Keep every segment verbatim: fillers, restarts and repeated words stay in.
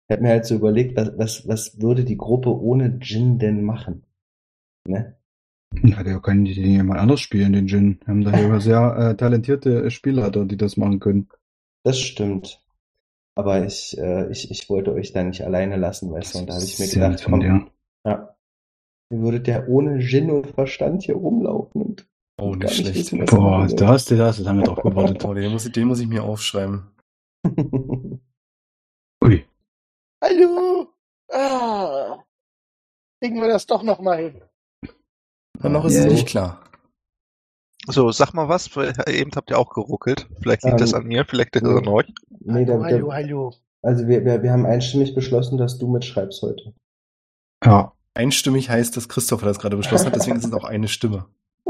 Ich habe mir halt so überlegt, was, was, was würde die Gruppe ohne Gin denn machen? Ne? Ja, der kann die jemand anders spielen, den Jin. Wir haben da hier sehr äh, talentierte Spielleiter, die das machen können. Das stimmt. Aber ich, äh, ich, ich wollte euch da nicht alleine lassen, weißt du, Das und da habe ich ist mir sehr nett gedacht, von komm, dir. ja, ihr würdet ja ohne Gin und Verstand hier rumlaufen und, Oh, und gar nicht nicht schlecht. wissen, was ihr Boah, machen da sollt. hast du, da hast du lange drauf gewartet. Oh, den muss ich, den muss ich mir aufschreiben. Ui. Hallo! Ah, kriegen wir das doch noch mal hin. Na, noch Ja, ist es Yay. nicht klar. So, sag mal was, weil eben habt ihr auch geruckelt. Vielleicht liegt das Ähm, an mir, vielleicht liegt das nee. an euch. Nee, Hallo, da, hallo, da, hallo. also wir, wir, wir haben einstimmig beschlossen, dass du mitschreibst heute. Ja, Einstimmig heißt, dass Christopher das gerade beschlossen hat, deswegen ist es auch eine Stimme.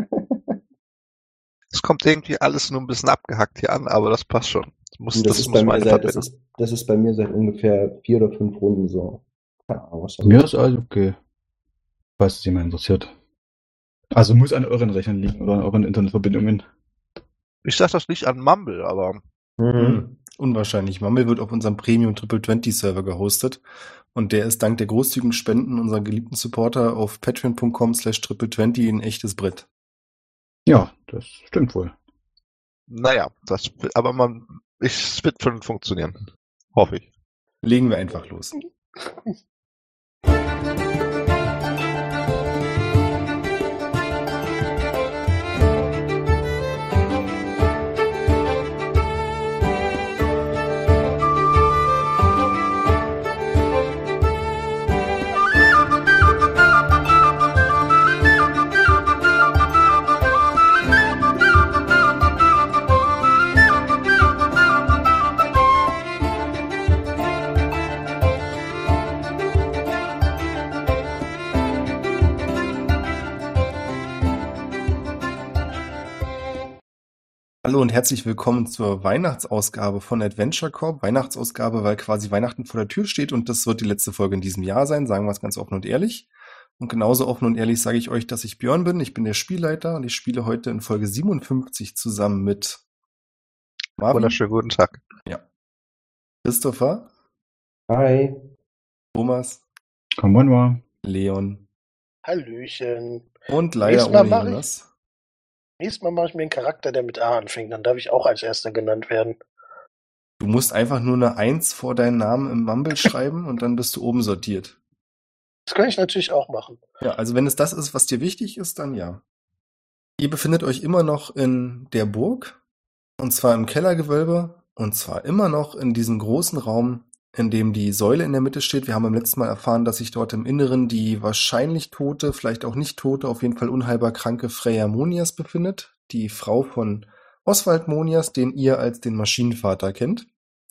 Es kommt irgendwie alles nur ein bisschen abgehackt hier an, aber das passt schon. Das muss, Und das, das ist muss bei mir meine seit, das Verbindung. ist, das ist bei mir seit ungefähr vier oder fünf Runden so. Keine Ahnung, was da mir los ist alles okay. Falls es jemand interessiert. Also muss an euren Rechnern liegen oder an euren Internetverbindungen. Ich sag das nicht an Mumble, aber Mhm. Hm, unwahrscheinlich. Mumble wird auf unserem Premium Triple zwanzig Server gehostet und der ist dank der großzügigen Spenden unserer geliebten Supporter auf patreon punkt com slash triple zwanzig ein echtes Brett. Ja, das stimmt wohl. naja, das, aber man, ich, es wird schon funktionieren. Hoffe ich. Legen wir einfach los. Hallo und herzlich willkommen zur Weihnachtsausgabe von Adventure Corp. Weihnachtsausgabe, weil quasi Weihnachten vor der Tür steht und das wird die letzte Folge in diesem Jahr sein, sagen wir es ganz offen und ehrlich. Und genauso offen und ehrlich sage ich euch, dass ich Björn bin. Ich bin der Spielleiter und ich spiele heute in Folge siebenundfünfzig zusammen mit Marvin, Wunderschönen guten Tag. Christopher, Hi. Thomas, Komm on mal. Leon Hallöchen. und leider Nächstes Mal ohne mach ich- Jonas. Nächstes Mal mache ich mir einen Charakter, der mit A anfängt. Dann darf ich auch als Erster genannt werden. Du musst einfach nur eine Eins vor deinen Namen im Mumble schreiben und dann bist du oben sortiert. Das kann ich natürlich auch machen. Ja, also wenn es das ist, was dir wichtig ist, dann ja. Ihr befindet euch immer noch in der Burg, und zwar im Kellergewölbe, und zwar immer noch in diesem großen Raum, in dem die Säule in der Mitte steht. Wir haben beim letzten Mal erfahren, dass sich dort im Inneren die wahrscheinlich tote, vielleicht auch nicht tote, auf jeden Fall unheilbar kranke Freya Monias befindet, die Frau von Oswald Monias, den ihr als den Maschinenvater kennt.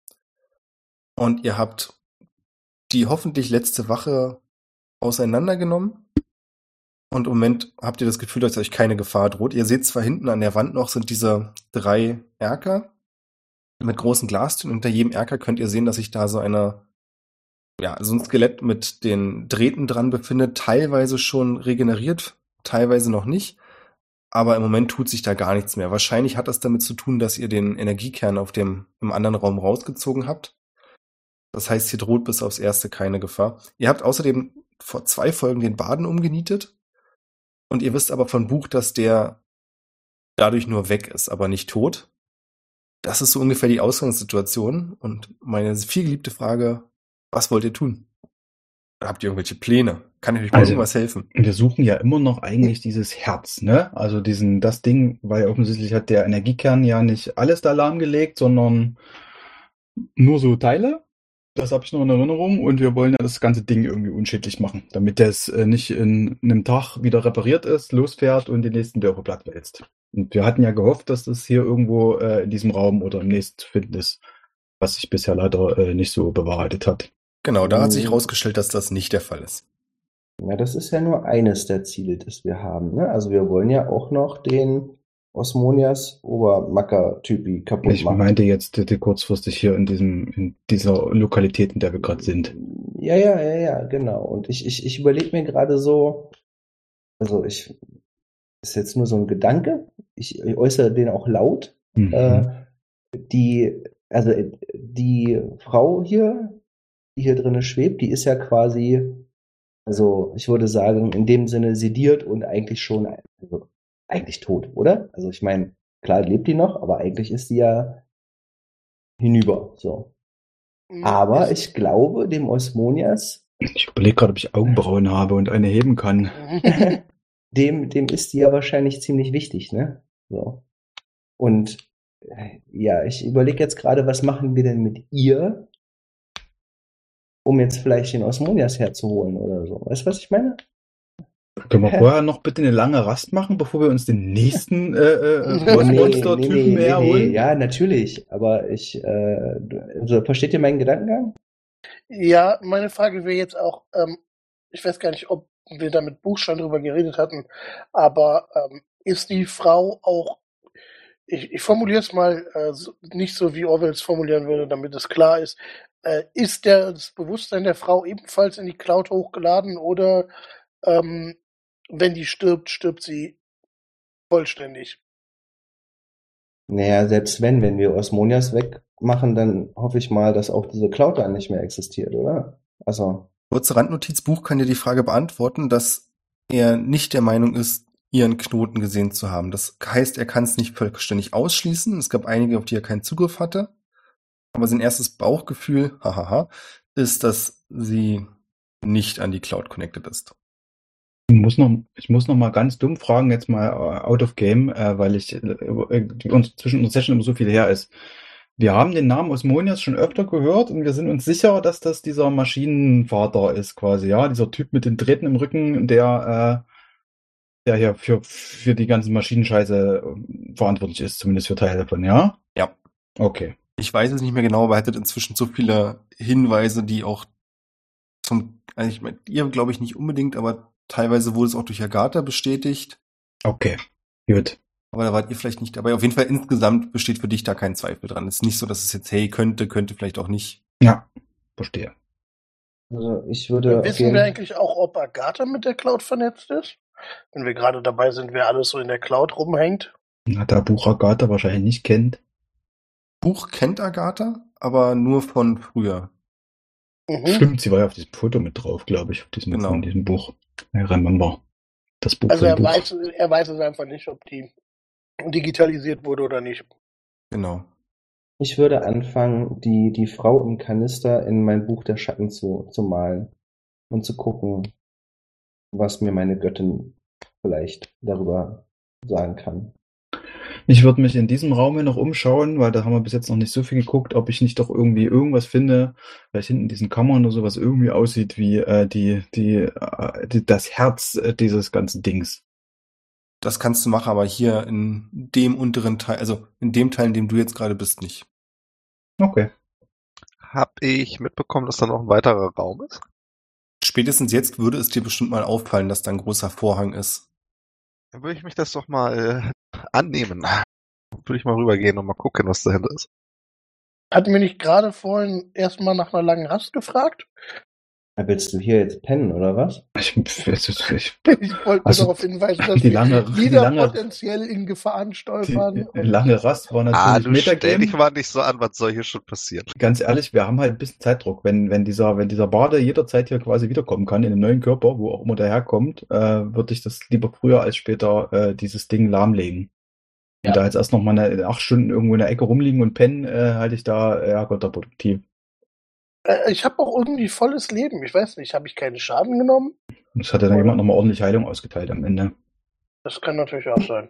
Und ihr habt die hoffentlich letzte Wache auseinandergenommen. Und im Moment habt ihr das Gefühl, dass euch keine Gefahr droht. Ihr seht zwar hinten an der Wand noch sind diese drei Erker mit großen Glastüren. Unter jedem Erker könnt ihr sehen, dass sich da so eine, ja, so ein Skelett mit den Drähten dran befindet. Teilweise schon regeneriert, teilweise noch nicht. Aber im Moment tut sich da gar nichts mehr. Wahrscheinlich hat das damit zu tun, dass ihr den Energiekern auf dem, im anderen Raum rausgezogen habt. Das heißt, hier droht bis aufs Erste keine Gefahr. Ihr habt außerdem vor zwei Folgen den Baden umgenietet. Und ihr wisst aber von Buch, dass der dadurch nur weg ist, aber nicht tot. Das ist so ungefähr die Ausgangssituation. Und meine vielgeliebte Frage, was wollt ihr tun? Habt ihr irgendwelche Pläne? Kann ich euch bei Also- irgendwas helfen? Wir suchen ja immer noch eigentlich dieses Herz, ne? Also diesen, das Ding, weil offensichtlich hat der Energiekern ja nicht alles da lahmgelegt, sondern nur so Teile. Das habe ich noch in Erinnerung und wir wollen ja das ganze Ding irgendwie unschädlich machen, damit das äh, nicht in einem Tag wieder repariert ist, losfährt und die nächsten Dörfer platt wälzt. Und wir hatten ja gehofft, dass das hier irgendwo äh, in diesem Raum oder im nächsten zu finden ist, was sich bisher leider äh, nicht so bewahrheitet hat. Genau, da hat sich Mhm. herausgestellt, dass das nicht der Fall ist. Ja, das ist ja nur eines der Ziele, das wir haben. Ne? Also wir wollen ja auch noch den Osmonias Obermacker-Typi kaputt Ich machen. meinte jetzt äh, die kurzfristig hier in diesem, in dieser Lokalität, in der wir gerade sind. Ja, ja, ja, ja, genau. Und ich, ich, ich überlege mir gerade so, also ich, ist jetzt nur so ein Gedanke, ich, ich äußere den auch laut. Mhm. Äh, die, also äh, die Frau hier, die hier drinne schwebt, die ist ja quasi, also ich würde sagen, in dem Sinne sediert und eigentlich schon, also eigentlich tot, oder? Also ich meine, klar lebt die noch, aber eigentlich ist sie ja hinüber, so. Hm, Aber ist- ich glaube, dem Osmonias, Ich überlege gerade, ob ich Augenbrauen habe und eine heben kann. dem, dem ist die ja wahrscheinlich ziemlich wichtig, ne? So. Und äh, ja, ich überlege jetzt gerade, was machen wir denn mit ihr, um jetzt vielleicht den Osmonias herzuholen oder so. Weißt du, was ich meine? Können wir Hä? vorher noch bitte eine lange Rast machen, bevor wir uns den nächsten äh, äh, Nee, Boss- Nee, Monster-Typen nee, nee, nee, herholen? nee, ja, natürlich. Aber ich, äh, du- also, versteht ihr meinen Gedankengang? Ja, meine Frage wäre jetzt auch, ähm, ich weiß gar nicht, ob wir da mit Buchstaben drüber geredet hatten, aber ähm, ist die Frau auch, ich, ich formuliere es mal äh, so, nicht so, wie Orwell es formulieren würde, damit es klar ist, äh, ist der, das Bewusstsein der Frau ebenfalls in die Cloud hochgeladen oder ähm, wenn die stirbt, stirbt sie vollständig? Naja, selbst wenn, wenn wir Osmonias wegmachen, dann hoffe ich mal, dass auch diese Cloud dann nicht mehr existiert, oder? Also, Kurze Randnotiz, Buch kann dir die Frage beantworten, dass er nicht der Meinung ist, ihren Knoten gesehen zu haben. Das heißt, er kann es nicht vollständig ausschließen. Es gab einige, auf die er keinen Zugriff hatte. Aber sein erstes Bauchgefühl, hahaha, ist, dass sie nicht an die Cloud connected ist. Ich muss noch, ich muss noch mal ganz dumm fragen, jetzt mal äh, out of game, äh, weil ich äh, äh, uns zwischen uns Session immer so viel her ist. Wir haben den Namen Osmonias schon öfter gehört und wir sind uns sicher, dass das dieser Maschinenvater ist, quasi, ja, dieser Typ mit den Drähten im Rücken, der, äh, der hier für, für die ganzen Maschinenscheiße äh, verantwortlich ist, zumindest für Teile davon, ja? Ja. Okay. Ich weiß es nicht mehr genau, aber er hat inzwischen so viele Hinweise, die auch zum, also ich meine, ihr glaube ich nicht unbedingt, aber teilweise wurde es auch durch Agatha bestätigt. Okay. Gut. Aber da wart ihr vielleicht nicht dabei. Auf jeden Fall insgesamt besteht für dich da kein Zweifel dran. Es ist nicht so, dass es jetzt, hey, könnte, könnte vielleicht auch nicht. Ja, verstehe. also ich würde auf Wissen jeden wir eigentlich auch, ob Agatha mit der Cloud vernetzt ist? Wenn wir gerade dabei sind, wer alles so in der Cloud rumhängt? Na, da Buch Agatha wahrscheinlich nicht kennt. Buch kennt Agatha, aber nur von früher. Mhm. Stimmt, sie war ja auf diesem Foto mit drauf, glaube ich, auf diesem, Genau. von diesem Buch. I remember. Das Buch Also vom er Buch. weiß, er weiß es einfach nicht, ob die digitalisiert wurde oder nicht. Genau. Ich würde anfangen, die, die Frau im Kanister in mein Buch der Schatten zu, zu malen und zu gucken, was mir meine Göttin vielleicht darüber sagen kann. Ich würde mich in diesem Raum hier noch umschauen, weil da haben wir bis jetzt noch nicht so viel geguckt, ob ich nicht doch irgendwie irgendwas finde, vielleicht hinten in diesen Kammern oder so, was irgendwie aussieht wie äh, die, die, äh, die, das Herz äh, dieses ganzen Dings. Das kannst du machen, aber hier in dem unteren Teil, also in dem Teil, in dem du jetzt gerade bist, nicht. Okay. Hab ich mitbekommen, dass da noch ein weiterer Raum ist? Spätestens jetzt würde es dir bestimmt mal auffallen, dass da ein großer Vorhang ist. Dann würde ich mich das doch mal äh, annehmen. Würde ich mal rübergehen und mal gucken, was dahinter ist. Hatten wir nicht gerade vorhin erstmal nach einer langen Rast gefragt? Ja, willst du hier jetzt pennen, oder was? Ich, ich, ich, Ich wollte Also, nur darauf hinweisen, dass die wir lange- die wieder lange- potenziell in Gefahr die stolpern. äh, lange Rast war Ah, natürlich du stell dich Metagame. mal nicht so an, was soll hier schon passieren? Ganz ehrlich, wir haben halt ein bisschen Zeitdruck. Wenn, wenn dieser, wenn dieser Bade jederzeit hier quasi wiederkommen kann, in einem neuen Körper, wo auch immer der herkommt, äh, würde ich das lieber früher als später äh, dieses Ding lahmlegen. Ja. Und da jetzt erst noch mal eine, acht Stunden irgendwo in der Ecke rumliegen und pennen, äh, halte ich da äh, ja, kontraproduktiv. Äh, ich habe auch irgendwie volles Leben. Ich weiß nicht, habe ich keinen Schaden genommen? Das hat ja dann jemand nochmal ordentlich Heilung ausgeteilt am Ende. Das kann natürlich auch sein.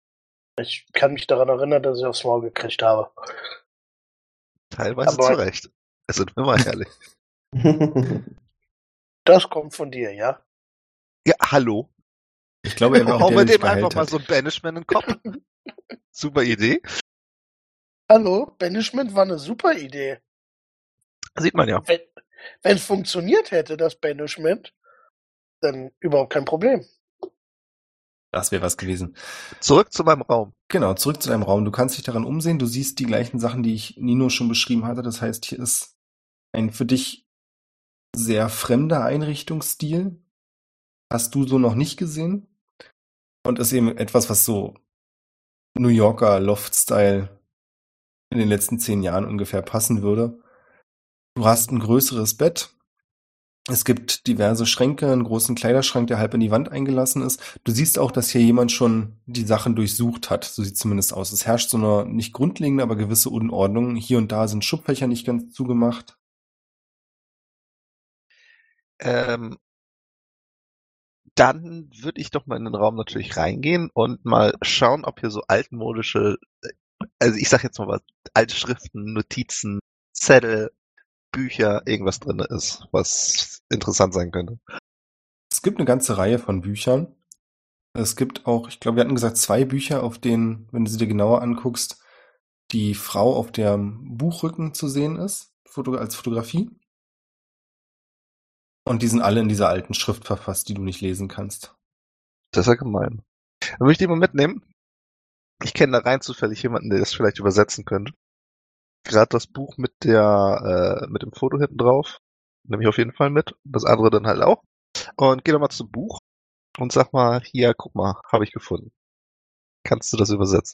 Ich kann mich daran erinnern, dass ich aufs Maul gekriegt habe. Teilweise Aber- zu Recht. Sind wir mal ehrlich. Das kommt von dir, ja? Ja, hallo. Ich glaube, er wäre auch Hau der, mir der dich dem einfach geheilt mal hat. so ein Banishment in den Kopf. Super Idee. Hallo, Banishment war eine super Idee. Sieht man ja. Wenn wenn es funktioniert hätte, das Banishment, dann überhaupt kein Problem. Das wäre was gewesen. Zurück zu meinem Raum. Genau, zurück zu deinem Raum. Du kannst dich daran umsehen. Du siehst die gleichen Sachen, die ich Nino schon beschrieben hatte. Das heißt, hier ist ein für dich sehr fremder Einrichtungsstil. Hast du so noch nicht gesehen. Und ist eben etwas, was so New Yorker Loft-Style in den letzten zehn Jahren ungefähr passen würde. Du hast ein größeres Bett. Es gibt diverse Schränke, einen großen Kleiderschrank, der halb in die Wand eingelassen ist. Du siehst auch, dass hier jemand schon die Sachen durchsucht hat. So sieht es zumindest aus. Es herrscht so eine nicht grundlegende, aber gewisse Unordnung. Hier und da sind Schubfächer nicht ganz zugemacht. Ähm, dann würde ich doch mal in den Raum natürlich reingehen und mal schauen, ob hier so altmodische, also ich sag jetzt mal was, alte Schriften, Notizen, Zettel, Bücher, irgendwas drin ist, was interessant sein könnte. Es gibt eine ganze Reihe von Büchern. Es gibt auch, ich glaube, wir hatten gesagt, zwei Bücher, auf denen, wenn du sie dir genauer anguckst, die Frau auf dem Buchrücken zu sehen ist, Foto, als Fotografie. Und die sind alle in dieser alten Schrift verfasst, die du nicht lesen kannst. Das ist ja gemein. Dann würde ich die mal mitnehmen. Ich kenne da rein zufällig jemanden, der das vielleicht übersetzen könnte. Gerade das Buch mit der, äh, mit dem Foto hinten drauf, nehme ich auf jeden Fall mit. Das andere dann halt auch. Und geh doch mal zum Buch und sag mal, hier, guck mal, habe ich gefunden. Kannst du das übersetzen?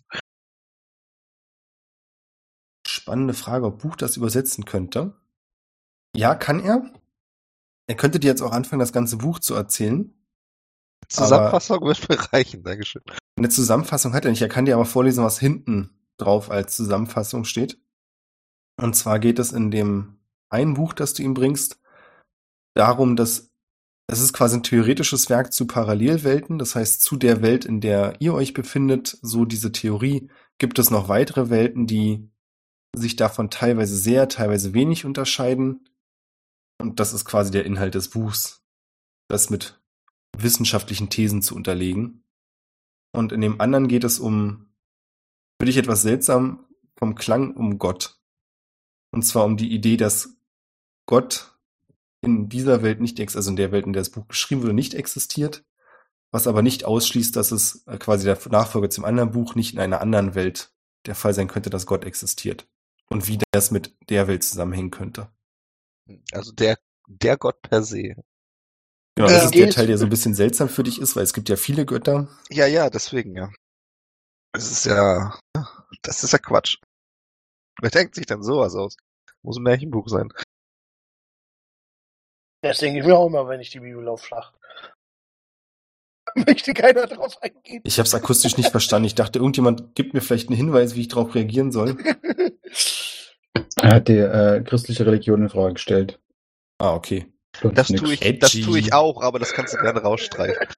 Spannende Frage, ob Buch das übersetzen könnte. Ja, kann er. Er könnte dir jetzt auch anfangen, das ganze Buch zu erzählen. Zusammenfassung wird mir reichen, Dankeschön. Eine Zusammenfassung hat er nicht. Er kann dir aber vorlesen, was hinten drauf als Zusammenfassung steht. Und zwar geht es in dem einen Buch, das du ihm bringst, darum, dass es ist quasi ein theoretisches Werk zu Parallelwelten. Das heißt, zu der Welt, in der ihr euch befindet, so diese Theorie, gibt es noch weitere Welten, die sich davon teilweise sehr, teilweise wenig unterscheiden. Und das ist quasi der Inhalt des Buchs, das mit wissenschaftlichen Thesen zu unterlegen. Und in dem anderen geht es um, für dich etwas seltsam, vom Klang um Gott. Und zwar um die Idee, dass Gott in dieser Welt nicht existiert, also in der Welt, in der das Buch geschrieben wurde, nicht existiert, was aber nicht ausschließt, dass es quasi der Nachfolger zum anderen Buch nicht in einer anderen Welt der Fall sein könnte, dass Gott existiert. Und wie das mit der Welt zusammenhängen könnte. Also der, der Gott per se. Genau, das Äh, ist der geht- Teil, der so ein bisschen seltsam für dich ist, weil es gibt ja viele Götter. Ja, ja, deswegen, ja. Das ist ja, das ist ja Quatsch. Wer denkt sich denn sowas aus? Muss ein Märchenbuch sein. Das denke ich mir auch immer, wenn ich die Bibel aufschlag. Möchte keiner drauf eingehen. Ich habe es akustisch nicht verstanden. Ich dachte, irgendjemand gibt mir vielleicht einen Hinweis, wie ich darauf reagieren soll. Er hat die äh, christliche Religion in Frage gestellt. Ah, okay. Sonst Das nix. tue ich, Edgy. das tue ich auch, aber das kannst du gerne rausstreichen,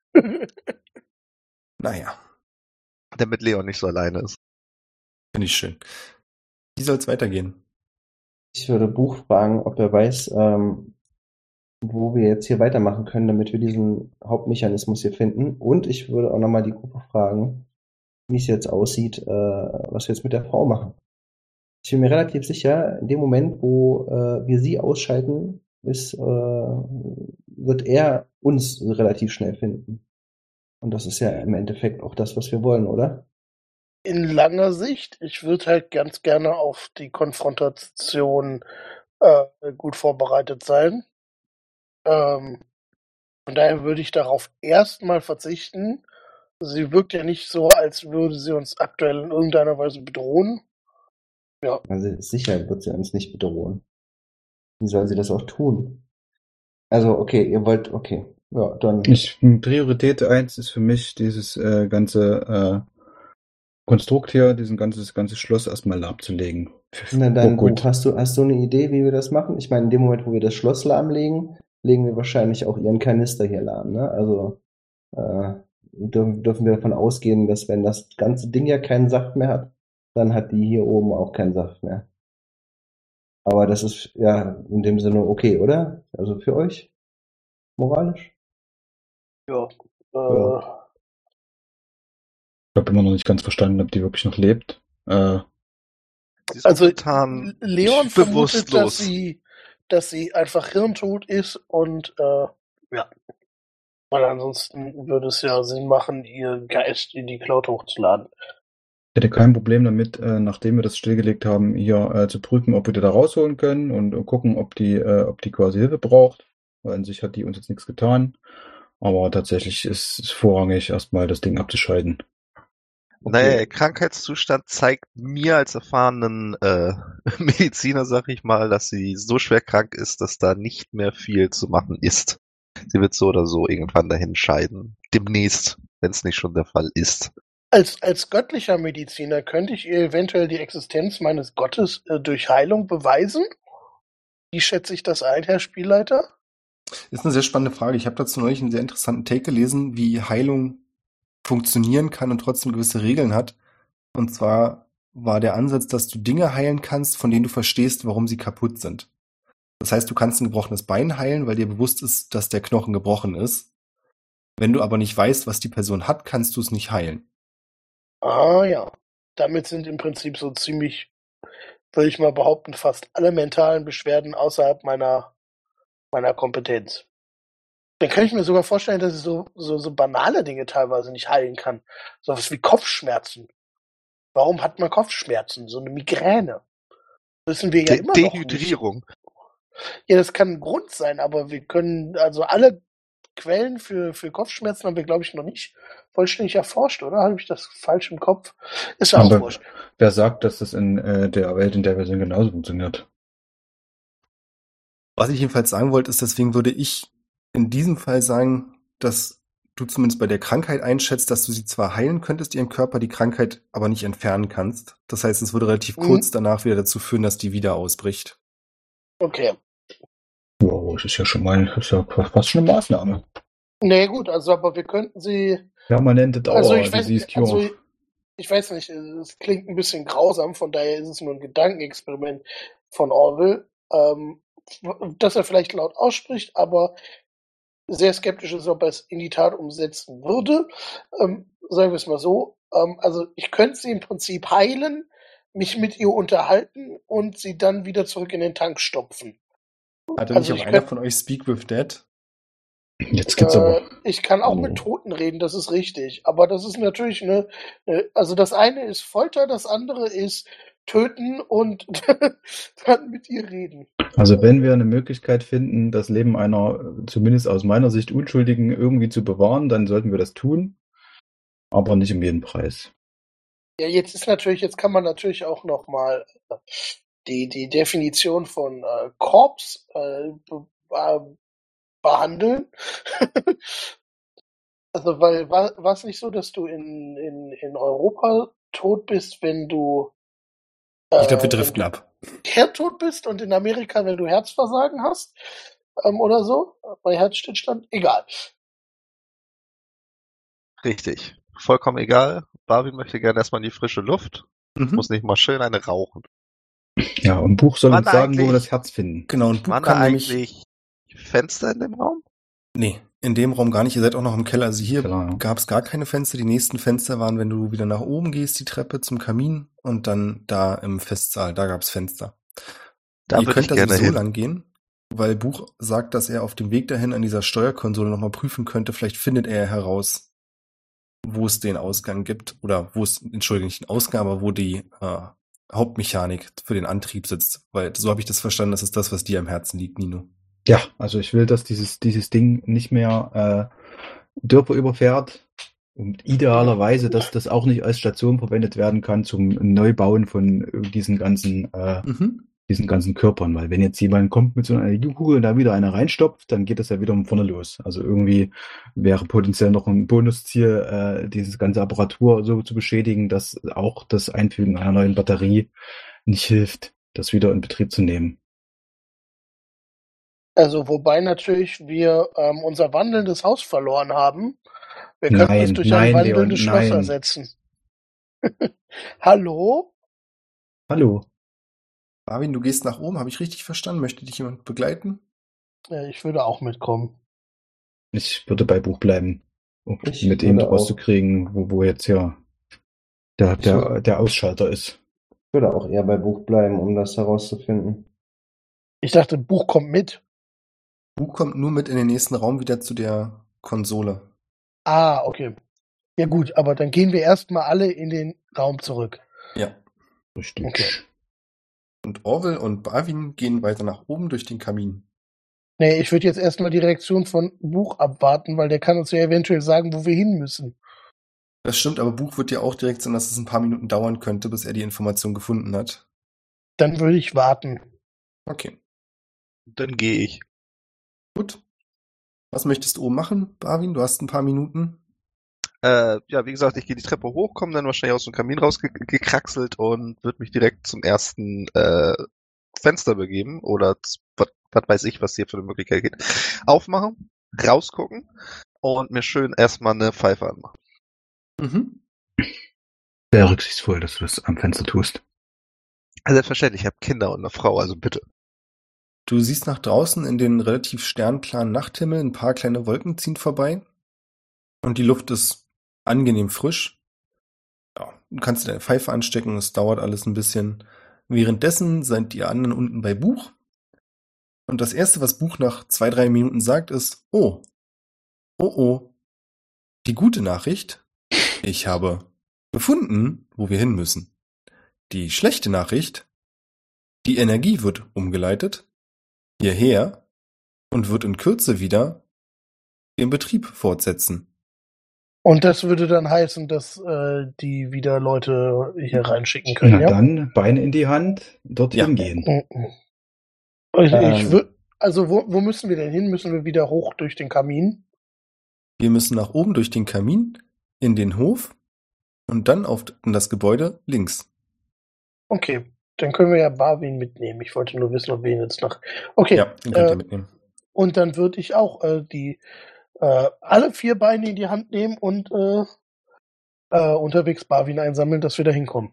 Naja, damit Leon nicht so alleine ist. finde ich schön. Wie soll es weitergehen? Ich würde Buch fragen, ob er weiß, ähm, wo wir jetzt hier weitermachen können, damit wir diesen Hauptmechanismus hier finden. Und ich würde auch nochmal die Gruppe fragen, wie es jetzt aussieht, äh, was wir jetzt mit der Frau machen. Ich bin mir relativ sicher, in dem Moment, wo äh, wir sie ausschalten, ist, äh, wird er uns relativ schnell finden. Und das ist ja im Endeffekt auch das, was wir wollen, oder? In langer Sicht, ich würde halt ganz gerne auf die Konfrontation äh, gut vorbereitet sein. Ähm, von daher würde ich darauf erstmal verzichten. Sie wirkt ja nicht so, als würde sie uns aktuell in irgendeiner Weise bedrohen. Also sicher wird sie uns nicht bedrohen. Wie soll sie das auch tun? Also, okay, ihr wollt, okay. Ja, dann. Ich, Priorität eins ist für mich dieses äh, ganze äh, Konstrukt hier, diesen ganzes ganze Schloss erstmal lahmzulegen. Na dann, Oh, gut. du, hast du, hast du eine Idee, wie wir das machen? Ich meine, in dem Moment, wo wir das Schloss lahmlegen, legen wir wahrscheinlich auch ihren Kanister hier lahm, ne? Also, äh, dürfen, dürfen wir davon ausgehen, dass wenn das ganze Ding ja keinen Saft mehr hat, dann hat die hier oben auch keinen Saft mehr. Aber das ist ja in dem Sinne okay, oder? Also für euch? Moralisch? Ja. Äh, Ja. Ich habe immer noch nicht ganz verstanden, ob die wirklich noch lebt. Äh, Sie ist Also momentan Leon vermutet, bewusstlos. dass sie, dass sie einfach hirntot ist und äh, ja. Weil ansonsten würde es ja Sinn machen, ihr Geist in die Cloud hochzuladen. Ich hätte kein Problem damit, äh, nachdem wir das stillgelegt haben, hier äh, zu prüfen, ob wir die da rausholen können und äh, gucken, ob die, äh, ob die quasi Hilfe braucht. Weil an sich hat die uns jetzt nichts getan. Aber tatsächlich ist es vorrangig, erstmal das Ding abzuschalten. Naja, Okay. der Krankheitszustand zeigt mir als erfahrenen äh, Mediziner, sag ich mal, dass sie so schwer krank ist, dass da nicht mehr viel zu machen ist. Sie wird so oder so irgendwann dahin scheiden. Demnächst, wenn es nicht schon der Fall ist. Als, als göttlicher Mediziner könnte ich ihr eventuell die Existenz meines Gottes äh, durch Heilung beweisen? Wie schätze ich das ein, Herr Spielleiter? Ist eine sehr spannende Frage. Ich habe dazu neulich einen sehr interessanten Take gelesen, wie Heilung funktionieren kann und trotzdem gewisse Regeln hat. Und zwar war der Ansatz, dass du Dinge heilen kannst, von denen du verstehst, warum sie kaputt sind. Das heißt, du kannst ein gebrochenes Bein heilen, weil dir bewusst ist, dass der Knochen gebrochen ist. Wenn du aber nicht weißt, was die Person hat, kannst du es nicht heilen. Ah ja. Damit sind im Prinzip so ziemlich, würde ich mal behaupten, fast alle mentalen Beschwerden außerhalb meiner, meiner Kompetenz. Dann kann ich mir sogar vorstellen, dass ich so, so, so banale Dinge teilweise nicht heilen kann. So was wie Kopfschmerzen. Warum hat man Kopfschmerzen? So eine Migräne. Wissen wir ja De immer noch nicht. Dehydrierung. Ja, das kann ein Grund sein, aber wir können, also alle Quellen für, für Kopfschmerzen haben wir, glaube ich, noch nicht vollständig erforscht, oder? Habe ich das falsch im Kopf? Ist ja auch Aber wurscht. wer sagt, dass das in äh, der Welt, in der wir sind, genauso funktioniert? Was ich jedenfalls sagen wollte, ist, deswegen würde ich in diesem Fall sagen, dass du zumindest bei der Krankheit einschätzt, dass du sie zwar heilen könntest, ihren Körper, die Krankheit aber nicht entfernen kannst. Das heißt, es würde relativ Mhm. kurz danach wieder dazu führen, dass die wieder ausbricht. Okay. Wow, das ist ja schon mal, das ist ja fast schon eine Maßnahme. Nee, gut, also aber wir könnten sie. Permanente Dauer, Also ich weiß, Disease Cure. also ich weiß nicht, es klingt ein bisschen grausam, von daher ist es nur ein Gedankenexperiment von Orwell, ähm, dass er vielleicht laut ausspricht, aber sehr skeptisch ist, ob er es in die Tat umsetzen würde. Ähm, sagen wir es mal so. Ähm, also ich könnte sie im Prinzip heilen, mich mit ihr unterhalten und sie dann wieder zurück in den Tank stopfen. Hatte Also nicht ich auch einer könnt- von euch Speak with Dead? Jetzt geht's Äh, aber. ich kann auch Oh. mit Toten reden, das ist richtig. Aber das ist natürlich eine, äh, also das eine ist Folter, das andere ist töten und dann mit ihr reden. Also wenn wir eine Möglichkeit finden, das Leben einer, äh, zumindest aus meiner Sicht, Unschuldigen irgendwie zu bewahren, dann sollten wir das tun. Aber nicht um jeden Preis. Ja, jetzt ist natürlich, jetzt kann man natürlich auch noch mal äh, die, die Definition von äh, Corpse äh, be äh, behandeln. Also, weil war war es nicht so, dass du in, in, in Europa tot bist, wenn du Ich glaube, wir äh, wenn driften du ab. hirntot bist und in Amerika, wenn du Herzversagen hast ähm, oder so, bei Herzstillstand, egal. Richtig. Vollkommen egal. Barbie möchte gerne erstmal in die frische Luft. Mhm. Muss nicht mal schön eine rauchen. Ja, und Buch soll Waren uns da sagen, wo wir eigentlich- das Herz finden. Genau, ein Buch Waren da kann nämlich... eigentlich Fenster in dem Raum? Nee, in dem Raum gar nicht. Ihr seid auch noch im Keller. Also hier Keller, ja. gab es gar keine Fenster. Die nächsten Fenster waren, wenn du wieder nach oben gehst, die Treppe zum Kamin und dann da im Festsaal. Da gab es Fenster. Da Ihr würde könnt ich da gerne sowieso hin. lang gehen, weil Buch sagt, dass er auf dem Weg dahin an dieser Steuerkonsole nochmal prüfen könnte. Vielleicht findet er heraus, wo es den Ausgang gibt oder wo es, entschuldige, nicht den Ausgang, aber wo die äh, Hauptmechanik für den Antrieb sitzt. Weil so habe ich das verstanden, das ist das, was dir am Herzen liegt, Nino. Ja, also ich will, dass dieses, dieses Ding nicht mehr äh, Dörfer überfährt und idealerweise, dass das auch nicht als Station verwendet werden kann zum Neubauen von äh, diesen ganzen, äh, Mhm. diesen ganzen Körpern. Weil wenn jetzt jemand kommt mit so einer Energiekugel und da wieder eine reinstopft, dann geht das ja wieder von vorne los. Also irgendwie wäre potenziell noch ein Bonusziel, äh, diese ganze Apparatur so zu beschädigen, dass auch das Einfügen einer neuen Batterie nicht hilft, das wieder in Betrieb zu nehmen. Also wobei natürlich wir ähm, unser wandelndes Haus verloren haben. Wir könnten es Nein, durch ein nein, wandelndes Leon, Schloss nein. ersetzen. Hallo? Hallo. Marvin, du gehst nach oben, habe ich richtig verstanden? Möchte dich jemand begleiten? Ja, ich würde auch mitkommen. Ich würde bei Buch bleiben, um Ich mit ihm würde auch. rauszukriegen, wo, wo jetzt ja der, Ich der, würde- der Ausschalter ist. Ich würde auch eher bei Buch bleiben, um das herauszufinden. Ich dachte, Buch kommt mit. Buch kommt nur mit in den nächsten Raum wieder zu der Konsole. Ah, okay. Ja gut, aber dann gehen wir erstmal alle in den Raum zurück. Ja. Richtig. Okay. Und Orwell und Barwin gehen weiter nach oben durch den Kamin. Nee, ich würde jetzt erstmal die Reaktion von Buch abwarten, weil der kann uns ja eventuell sagen, wo wir hin müssen. Das stimmt, aber Buch wird ja auch direkt sein, dass es ein paar Minuten dauern könnte, bis er die Information gefunden hat. Dann würde ich warten. Okay, Dann gehe ich. gut. Was möchtest du oben machen, Barwin? Du hast ein paar Minuten. Äh, ja, wie gesagt, ich gehe die Treppe hoch, komme dann wahrscheinlich aus dem Kamin rausgekraxelt und würde mich direkt zum ersten äh, Fenster begeben oder was weiß ich, was hier für eine Möglichkeit geht. Aufmachen, rausgucken und mir schön erstmal eine Pfeife anmachen. Mhm. Sehr rücksichtsvoll, dass du das am Fenster tust. Selbstverständlich, ich habe Kinder und eine Frau, also bitte. Du siehst nach draußen in den relativ sternklaren Nachthimmel, ein paar kleine Wolken ziehen vorbei und die Luft ist angenehm frisch. Ja, du kannst deine Pfeife anstecken, es dauert alles ein bisschen. Währenddessen seid ihr anderen unten bei Buch. Und das Erste, was Buch nach zwei, drei Minuten sagt, ist, oh, oh, oh, die gute Nachricht, ich habe gefunden, wo wir hin müssen. Die schlechte Nachricht, die Energie wird umgeleitet hierher und wird in Kürze wieder den Betrieb fortsetzen. Und das würde dann heißen, dass äh, die wieder Leute hier reinschicken können, Na ja? dann, Beine in die Hand, dorthin Ja. gehen. Mhm. Ich, ich Ähm. wür- also wo, wo müssen wir denn hin? Müssen wir wieder hoch durch den Kamin? Wir müssen nach oben durch den Kamin, in den Hof und dann auf in das Gebäude links. Okay, dann können wir ja Barwin mitnehmen. Ich wollte nur wissen, ob wir ihn jetzt nach... Okay, Ja, den könnt äh, ihr mitnehmen. und dann würde ich auch äh, die äh, alle vier Beine in die Hand nehmen und äh, äh, unterwegs Barwin einsammeln, dass wir da hinkommen.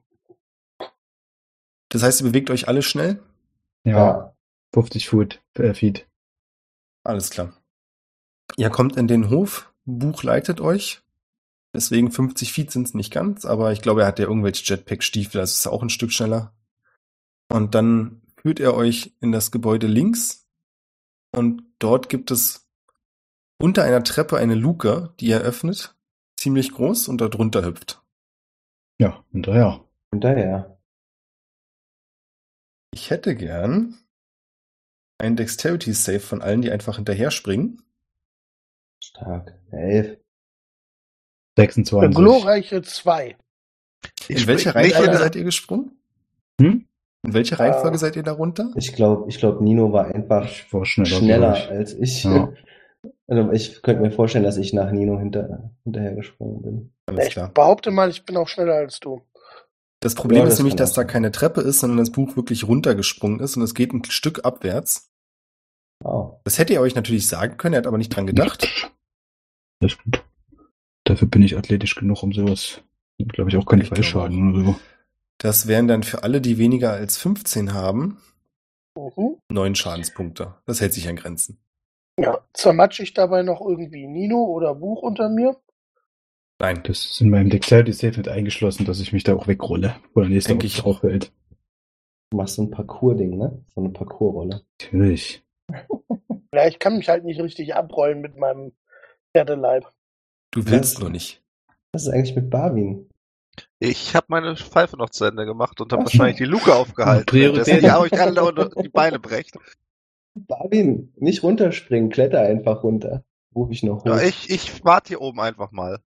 Das heißt, ihr bewegt euch alle schnell? Ja, fünfzig Foot, äh, Feet. Alles klar. Ihr kommt in den Hof, Buch leitet euch. Deswegen fünfzig Feet sind es nicht ganz, aber ich glaube, er hat ja irgendwelche Jetpack-Stiefel, also ist er auch ein Stück schneller. Und dann führt er euch in das Gebäude links und dort gibt es unter einer Treppe eine Luke, die er öffnet, ziemlich groß und da drunter hüpft. Ja, hinterher. Hinterher. Ich hätte gern einen Dexterity-Save von allen, die einfach hinterher springen. Stark. Elf. sechsundzwanzig. Glorreiche zwei. In Ich welcher spring nicht Reihenfolge in- seid ihr gesprungen? Hm? In welcher Reihenfolge Ah. seid ihr darunter? Ich glaube, ich glaub, Nino war einfach Ich war schneller, schneller glaub ich. als ich. Ja. Also ich könnte mir vorstellen, dass ich nach Nino hinter, hinterher gesprungen bin. Alles Ich klar. behaupte mal, ich bin auch schneller als du. Das Problem Ja, ist das nämlich, kann dass auch da sein. keine Treppe ist, sondern das Buch wirklich runtergesprungen ist und es geht ein Stück abwärts. Wow. Das hätte ihr euch natürlich sagen können, er hat aber nicht dran gedacht. Das ist gut. Dafür bin ich athletisch genug, um sowas. Glaube ich auch keine Ich glaube Fallschaden oder so. Das wären dann für alle, die weniger als fünfzehn haben, Mhm. neun Schadenspunkte. Das hält sich an Grenzen. Ja, zermatsche ich dabei noch irgendwie Nino oder Buch unter mir? Nein, Das ist in meinem Dexterity Save mit eingeschlossen, dass ich mich da auch wegrolle, wo der nächste Denk auch ich drauf fällt. Du machst so ein Parcours-Ding, ne? So eine Parcours-Rolle. Natürlich. Ja, ich kann mich halt nicht richtig abrollen mit meinem Pferdeleib. du willst Was? nur nicht. Was ist eigentlich mit Barwin? Ich habe meine Pfeife noch zu Ende gemacht und habe Ach so. wahrscheinlich die Luke aufgehalten. Prioritäten. Währenddessen ihr euch alle unter die Beine brecht. Barwin, nicht runterspringen, kletter einfach runter. Ruf ich noch hoch. Ja, ich, ich warte hier oben einfach mal.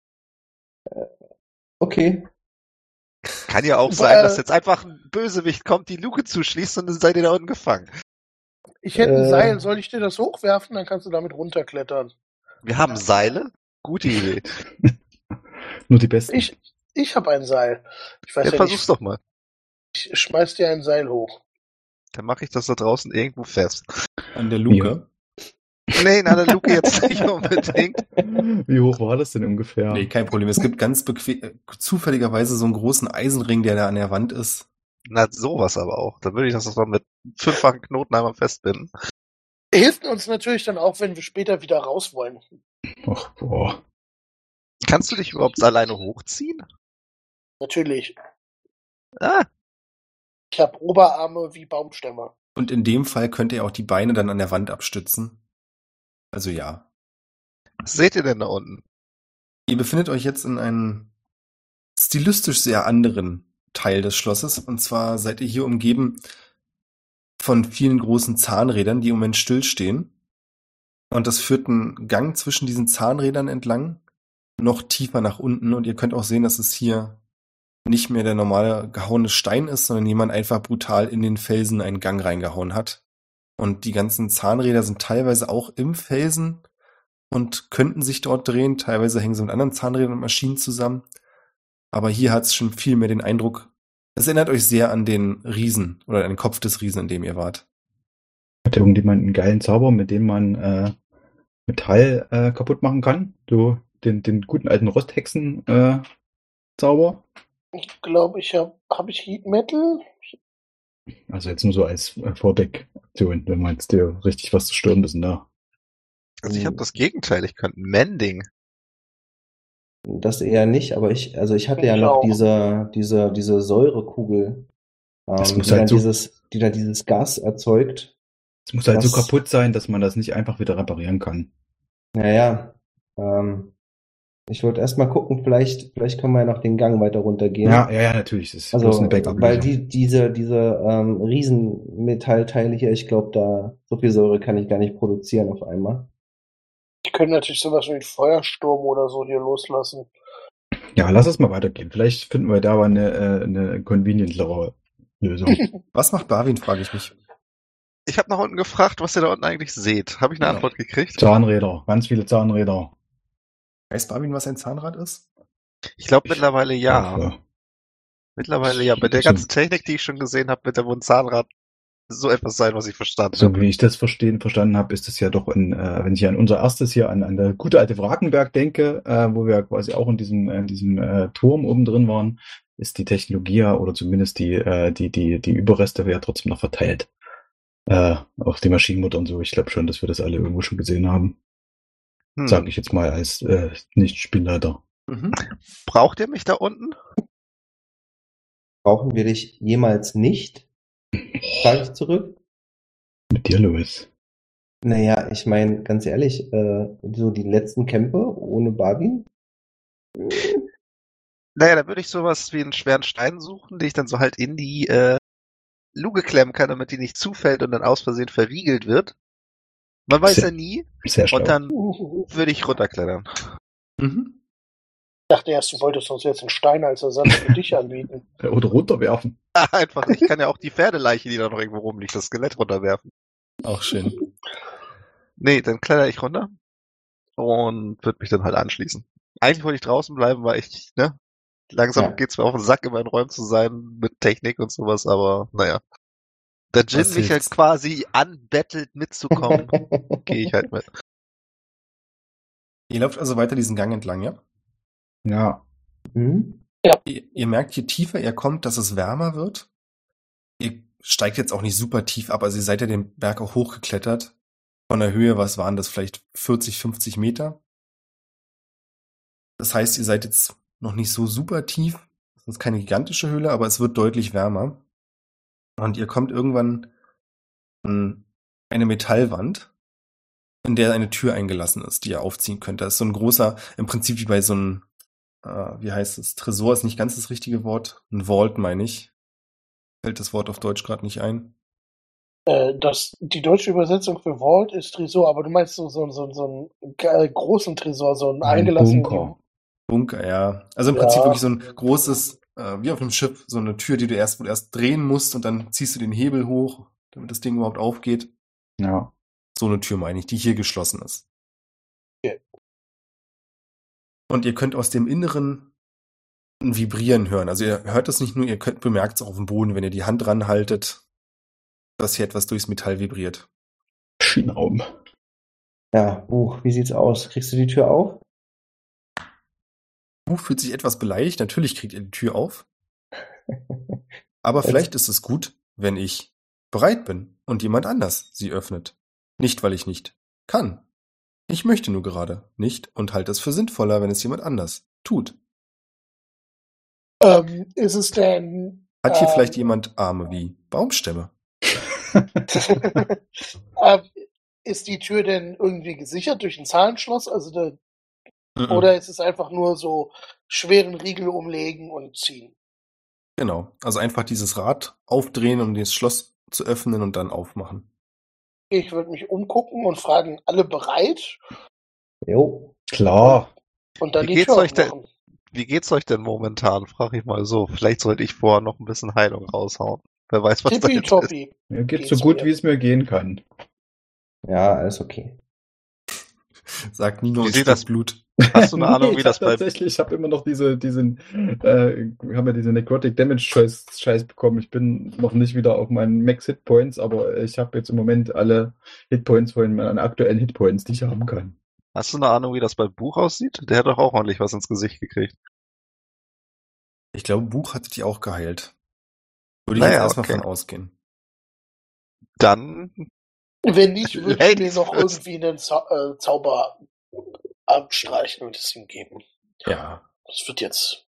Okay. Kann ja auch Äh, sein, dass jetzt einfach ein Bösewicht kommt, die Luke zuschließt und dann seid ihr da unten gefangen. Ich hätte ein Äh. Seil, soll ich dir das hochwerfen? Dann kannst du damit runterklettern. Wir haben Seile? Gute Idee. Nur die besten. Ich, ich habe ein Seil. Ich weiß Ja, ja versuch's nicht, doch mal. ich schmeiß dir ein Seil hoch. Dann mache ich das da draußen irgendwo fest. An der Luke. Nee, na, der Luke jetzt nicht unbedingt. Wie hoch war das denn ungefähr? Nee, kein Problem. Es gibt ganz bequem, äh, zufälligerweise so einen großen Eisenring, der da an der Wand ist. Na, sowas aber auch. Dann würde ich das doch mal mit fünffachen Knoten einmal festbinden. Hilft uns natürlich dann auch, wenn wir später wieder raus wollen. Ach, boah. Kannst du dich überhaupt alleine hochziehen? Natürlich. Ah, Ich habe Oberarme wie Baumstämme. Und in dem Fall könnt ihr auch die Beine dann an der Wand abstützen. Also ja. was seht ihr denn da unten? Ihr befindet euch jetzt in einem stilistisch sehr anderen Teil des Schlosses. Und zwar seid ihr hier umgeben von vielen großen Zahnrädern, die im Moment stillstehen. Und das führt einen Gang zwischen diesen Zahnrädern entlang, noch tiefer nach unten und ihr könnt auch sehen, dass es hier nicht mehr der normale gehauene Stein ist, sondern jemand einfach brutal in den Felsen einen Gang reingehauen hat. Und die ganzen Zahnräder sind teilweise auch im Felsen und könnten sich dort drehen. Teilweise hängen sie mit anderen Zahnrädern und Maschinen zusammen. Aber hier hat es schon viel mehr den Eindruck, es erinnert euch sehr an den Riesen oder an den Kopf des Riesen, in dem ihr wart. Hat irgendjemand einen geilen Zauber, mit dem man äh, Metall äh, kaputt machen kann? So den, den guten alten Rosthexen-Zauber? Äh, Ich glaube, ich habe hab ich Heat Metal? also jetzt nur so als äh, Vordeck-Aktion, wenn man jetzt dir richtig was zerstören müssen da. Also ich habe das Gegenteil, ich könnte Mending. Das eher nicht, aber ich, also ich hatte ja Ich noch auch. diese, diese, diese Säurekugel, Das ähm, muss die, halt dann so- dieses, die dann dieses Gas erzeugt. Es muss halt so Das- kaputt sein, dass man das nicht einfach wieder reparieren kann. Naja, ähm, ich wollte erst mal gucken, vielleicht, vielleicht können wir ja noch den Gang weiter runtergehen. Ja, ja, ja, natürlich. Das ist Also, bloß eine Backup-Lösung. weil die, diese, diese ähm, Riesenmetallteile hier, ich glaube, da so viel Säure kann ich gar nicht produzieren auf einmal. Ich könnte natürlich sowas wie einen Feuersturm oder so hier loslassen. Ja, lass es mal weitergehen. Vielleicht finden wir da aber eine, äh, eine convenientere Lösung. Was macht Barwin, frage ich mich. Ich habe nach unten gefragt, was ihr da unten eigentlich seht. Habe ich eine Genau. Antwort gekriegt? Zahnräder, ganz viele Zahnräder. Weiß Barwin, was ein Zahnrad ist? Ich glaube mittlerweile ja. Ach, ja. Mittlerweile ja. Bei der So- ganzen Technik, die ich schon gesehen habe, wird der wohl ein Zahnrad so etwas sein, was ich verstanden So habe. wie ich das verstehen, verstanden habe, ist es ja doch, in, äh, wenn ich an unser erstes hier, an, an der gute alte Wrakenberg denke, äh, wo wir quasi auch in diesem, in diesem äh, Turm oben drin waren, ist die Technologie ja, oder zumindest die, äh, die, die, die Überreste ja trotzdem noch verteilt. Äh, auch die Maschinenmutter und so. Ich glaube schon, dass wir das alle irgendwo schon gesehen haben. Hm. Sage ich jetzt mal als äh, Nicht-Spielleiter. Mhm. Braucht ihr mich da unten? Brauchen wir dich jemals nicht? Frage ich zurück. Mit dir, Louis. Naja, ich meine, ganz ehrlich, äh, so die letzten Kämpfe ohne Barwin? Naja, da würde ich sowas wie einen schweren Stein suchen, den ich dann so halt in die äh, Luke klemmen kann, damit die nicht zufällt und dann aus Versehen verriegelt wird. Man weiß Sehr- ja nie. Sehr schlau. Und dann Ich würde ich runterklettern. Mhm. dachte erst, du wolltest uns jetzt einen Stein als Ersatz für dich anbieten. Oder runterwerfen. Einfach, ich kann ja auch die Pferdeleiche, die da noch irgendwo rumliegt, das Skelett runterwerfen. Auch schön. Nee, dann kletter ich runter und würde mich dann halt anschließen. Eigentlich wollte ich draußen bleiben, weil ich, ne, langsam Ja. geht's mir auf den Sack, in meinen Räumen zu sein mit Technik und sowas, aber naja. Da Jin Was mich halt hilft's? quasi anbettelt mitzukommen, gehe ich halt mit. Ihr lauft also weiter diesen Gang entlang, ja? Ja. Hm? Ihr, ihr merkt, je tiefer ihr kommt, dass es wärmer wird. Ihr steigt jetzt auch nicht super tief ab, also ihr seid ja den Berg auch hochgeklettert. Von der Höhe, was waren das, vielleicht vierzig, fünfzig Meter? Das heißt, ihr seid jetzt noch nicht so super tief. Das ist keine gigantische Höhle, aber es wird deutlich wärmer. Und ihr kommt irgendwann an eine Metallwand, in der eine Tür eingelassen ist, die ihr aufziehen könnt. Da ist so ein großer, im Prinzip wie bei so einem, äh, wie heißt es, Tresor ist nicht ganz das richtige Wort. Ein Vault, meine ich. Fällt das Wort auf Deutsch gerade nicht ein. Äh, das, die deutsche Übersetzung für Vault ist Tresor, aber du meinst so, so, so, so einen äh, großen Tresor, so einen Ein eingelassenen. Bunker. Bunker, ja. Also im Ja. Prinzip wirklich so ein großes, äh, wie auf einem Schiff, so eine Tür, die du erst, wo du erst drehen musst und dann ziehst du den Hebel hoch, damit das Ding überhaupt aufgeht. Ja. So eine Tür meine ich, die hier geschlossen ist. Okay. Und ihr könnt aus dem Inneren ein Vibrieren hören. Also ihr hört es nicht nur, ihr könnt bemerkt es auch auf dem Boden, wenn ihr die Hand dran haltet, dass hier etwas durchs Metall vibriert. Schienraum. Ja, Buch, wie sieht's aus? Kriegst du die Tür auf? Buch fühlt sich etwas beleidigt, natürlich kriegt ihr die Tür auf. Aber Jetzt- vielleicht ist es gut, wenn ich bereit bin und jemand anders sie öffnet. Nicht, weil ich nicht kann. Ich möchte nur gerade nicht und halte es für sinnvoller, wenn es jemand anders tut. Ähm, ist es denn. Hat hier ähm, vielleicht jemand Arme wie Baumstämme? ähm, ist die Tür denn irgendwie gesichert durch ein Zahlenschloss? Also da, Mhm. oder ist es einfach nur so schweren Riegel umlegen und ziehen? Genau. Also einfach dieses Rad aufdrehen, um das Schloss zu öffnen und dann aufmachen. Ich würde mich umgucken und fragen, alle bereit? Jo. Klar. Und dann Wie die geht's Tür euch denn? aufmachen. Wie geht's euch denn momentan? Frag ich mal so. Vielleicht sollte ich vorher noch ein bisschen Heilung raushauen. Wer weiß, was da jetzt ist. Tippitoppi. Mir geht's so Geht's gut, mir. wie es mir gehen kann. Ja, alles okay. Sagt Nino Wie und sieht spuckt das- Blut. Hast du eine Ahnung, Nee, wie ich das hab bei tatsächlich, ich habe immer noch diese, diesen, äh, haben ja diese Necrotic Damage Scheiß, Scheiß bekommen. Ich bin noch nicht wieder auf meinen Max Hitpoints, aber ich habe jetzt im Moment alle Hitpoints von meinen aktuellen Hitpoints, die ich haben kann. Hast du eine Ahnung, wie das bei Buch aussieht? Der hat doch auch ordentlich was ins Gesicht gekriegt. Ich glaube, Buch hatte dich auch geheilt. Würde ich Naja, jetzt erstmal okay. von ausgehen. Dann Wenn nicht, würde ich mir Ladies noch first. irgendwie einen Zau äh, Zauber abstreichen und es ihm geben. Ja. Das wird jetzt.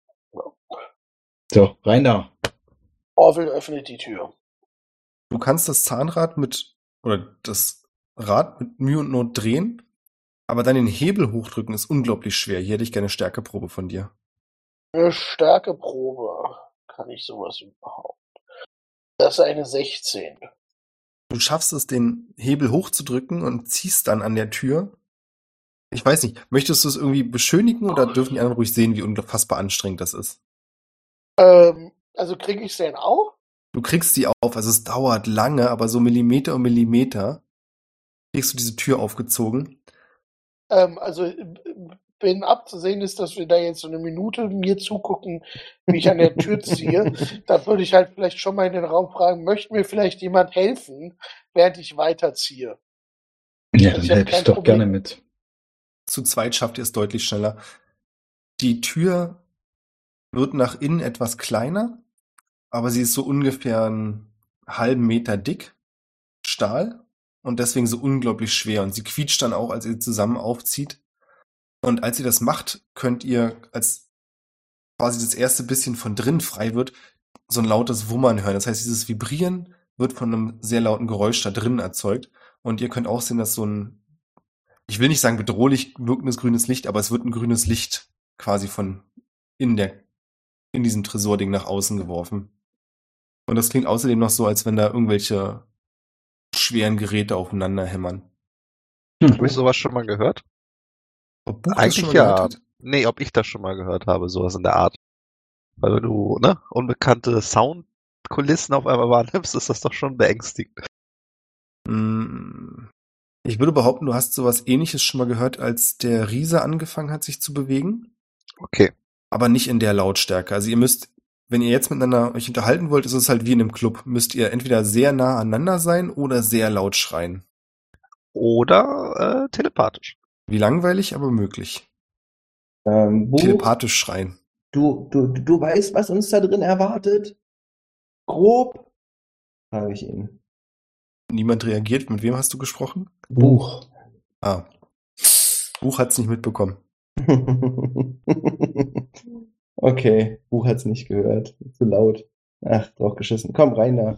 So, rein da. Orwell öffnet die Tür. Du kannst das Zahnrad mit, oder das Rad mit Mühe und Not drehen, aber dann den Hebel hochdrücken ist unglaublich schwer. Hier hätte ich gerne eine Stärkeprobe von dir. Eine Stärkeprobe. Kann ich sowas überhaupt? Das ist eine sechzehn. Du schaffst es, den Hebel hochzudrücken und ziehst dann an der Tür. Ich weiß nicht, möchtest du es irgendwie beschönigen oder dürfen die anderen ruhig sehen, wie unfassbar anstrengend das ist? Ähm, also kriege ich den auch? Du kriegst die auf, also es dauert lange, aber so Millimeter um Millimeter kriegst du diese Tür aufgezogen. Ähm, also äh, wenn abzusehen ist, dass wir da jetzt so eine Minute mir zugucken, wie ich an der Tür ziehe, dann würde ich halt vielleicht schon mal in den Raum fragen, möchte mir vielleicht jemand helfen, während ich weiterziehe? Ja, Also dann ich hab helfe ich kein doch Problem. gerne mit. Zu zweit schafft ihr es deutlich schneller. Die Tür wird nach innen etwas kleiner, aber sie ist so ungefähr einen halben Meter dick, Stahl, und deswegen so unglaublich schwer. Und sie quietscht dann auch, als ihr zusammen aufzieht. Und als ihr das macht, könnt ihr, als quasi das erste bisschen von drin frei wird, so ein lautes Wummern hören. Das heißt, dieses Vibrieren wird von einem sehr lauten Geräusch da drinnen erzeugt. Und ihr könnt auch sehen, dass so ein, ich will nicht sagen bedrohlich wirkendes grünes Licht, aber es wird ein grünes Licht quasi von in der, in diesem Tresording nach außen geworfen. Und das klingt außerdem noch so, als wenn da irgendwelche schweren Geräte aufeinander hämmern. habe ich sowas schon mal gehört. Ob Buch das Eigentlich schon mal ja. gehört hat? Nee, ob ich das schon mal gehört habe, sowas in der Art. Weil wenn du, ne, unbekannte Soundkulissen auf einmal wahrnimmst, ist das doch schon beängstigend. Mm, Ich würde behaupten, du hast sowas Ähnliches schon mal gehört, als der Riese angefangen hat, sich zu bewegen, Okay. aber nicht in der Lautstärke. Also ihr müsst, wenn ihr jetzt miteinander euch unterhalten wollt, ist es halt wie in einem Club. Müsst ihr entweder sehr nah aneinander sein oder sehr laut schreien. Oder äh, telepathisch. Wie langweilig, aber möglich. Ähm, Buch, Telepathisch schreien. du, du, du weißt, was uns da drin erwartet? Grob? Frage ich ihn. Niemand reagiert. Mit wem hast du gesprochen? Buch. Ah. Buch hat's nicht mitbekommen. Okay, Buch hat's nicht gehört. Zu laut. Ach, drauf geschissen. Komm, rein da.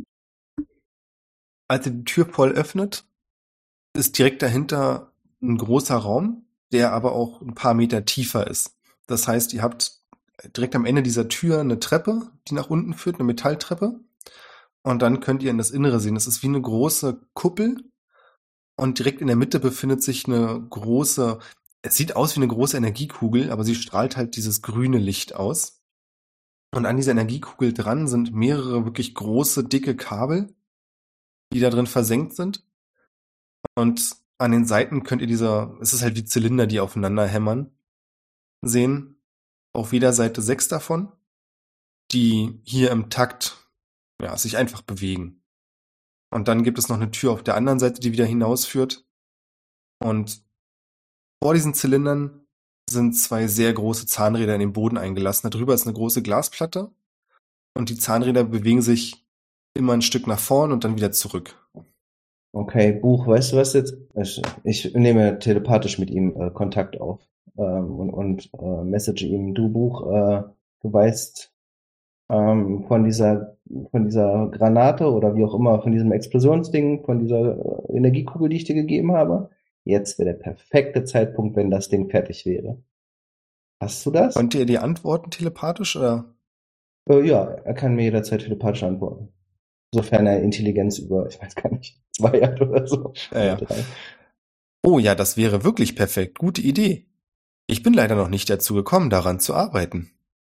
Als ihr die Tür voll öffnet, ist direkt dahinter ein großer Raum, der aber auch ein paar Meter tiefer ist. Das heißt, ihr habt direkt am Ende dieser Tür eine Treppe, die nach unten führt, eine Metalltreppe. Und dann könnt ihr in das Innere sehen. Es ist wie eine große Kuppel. Und direkt in der Mitte befindet sich eine große, es sieht aus wie eine große Energiekugel, aber sie strahlt halt dieses grüne Licht aus. Und an dieser Energiekugel dran sind mehrere wirklich große, dicke Kabel, die da drin versenkt sind. Und an den Seiten könnt ihr diese, es ist halt wie Zylinder, die aufeinander hämmern, sehen. Auf jeder Seite sechs davon, die hier im Takt, ja, sich einfach bewegen. Und dann gibt es noch eine Tür auf der anderen Seite, die wieder hinausführt. Und vor diesen Zylindern sind zwei sehr große Zahnräder in den Boden eingelassen. Darüber ist eine große Glasplatte. Und die Zahnräder bewegen sich immer ein Stück nach vorn und dann wieder zurück. Okay, Buch, weißt du was jetzt? Ich, ich nehme telepathisch mit ihm äh, Kontakt auf ähm, und, und äh, message ihm, du Buch, äh, du weißt ähm, von dieser von dieser Granate oder wie auch immer, von diesem Explosionsding, von dieser äh, Energiekugel, die ich dir gegeben habe. Jetzt wäre der perfekte Zeitpunkt, wenn das Ding fertig wäre. Hast du das? Könnt ihr die antworten telepathisch oder? Äh, ja, er kann mir jederzeit telepathisch antworten. Sofern er Intelligenz über, ich weiß gar nicht, zwei hat oder so. Ja, ja. Oder drei. Oh ja, das wäre wirklich perfekt. Gute Idee. Ich bin leider noch nicht dazu gekommen, daran zu arbeiten.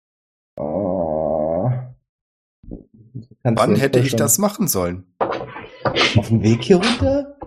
Oh. Kannst Wann du hätte ich schon das machen sollen? auf dem Weg hier runter?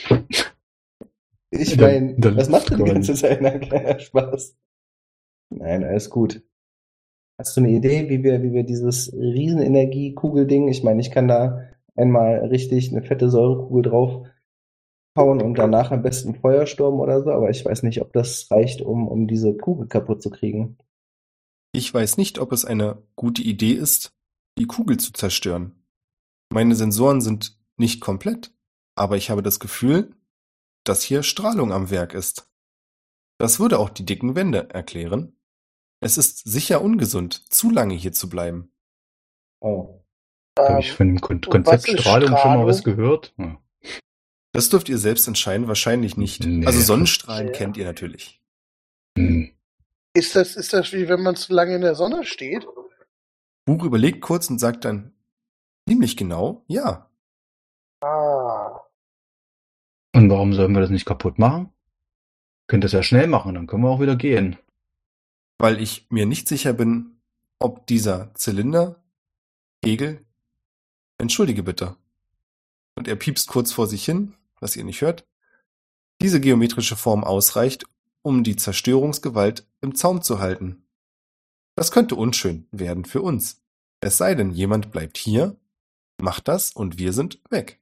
Ich Dann- meine, dann was macht du die scrollen. ganze Zeit? Na, kleiner Spaß. Nein, alles gut. Hast du eine Idee, wie wir, wie wir dieses Riesenenergie-Kugel-Ding, ich meine, ich kann da einmal richtig eine fette Säurekugel drauf hauen und danach am besten Feuersturm oder so, aber ich weiß nicht, ob das reicht, um, um diese Kugel kaputt zu kriegen. Ich weiß nicht, ob es eine gute Idee ist, die Kugel zu zerstören. Meine Sensoren sind nicht komplett, aber ich habe das Gefühl, dass hier Strahlung am Werk ist. Das würde auch die dicken Wände erklären. Es ist sicher ungesund, zu lange hier zu bleiben. Oh. Habe ich Ähm, von dem Kon und Konzept was ist Strahlung schon mal was Strahlung? gehört? Ja. Das dürft ihr selbst entscheiden, wahrscheinlich nicht. Nee. Also Sonnenstrahlen Ja. kennt ihr natürlich. Hm. Ist das, ist das wie wenn man zu lange in der Sonne steht? Buch überlegt kurz und sagt dann, ziemlich genau, ja. Ah. Und warum sollen wir das nicht kaputt machen? Könnt das ja schnell machen, dann können wir auch wieder gehen. Weil ich mir nicht sicher bin, ob dieser Zylinder, Kegel, entschuldige bitte. Und er piepst kurz vor sich hin, was ihr nicht hört, diese geometrische Form ausreicht, um die Zerstörungsgewalt im Zaum zu halten. Das könnte unschön werden für uns. Es sei denn, jemand bleibt hier, macht das und wir sind weg.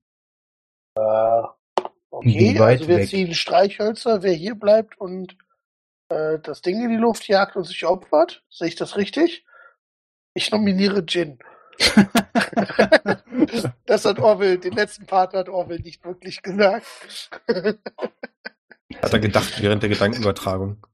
Okay, Wie weit also wir weg? ziehen Streichhölzer, wer hier bleibt und äh, das Ding in die Luft jagt und sich opfert. Sehe ich das richtig? Ich nominiere Jin. Das hat Orwell, den letzten Part hat Orwell nicht wirklich gesagt. Hat er gedacht während der Gedankenübertragung.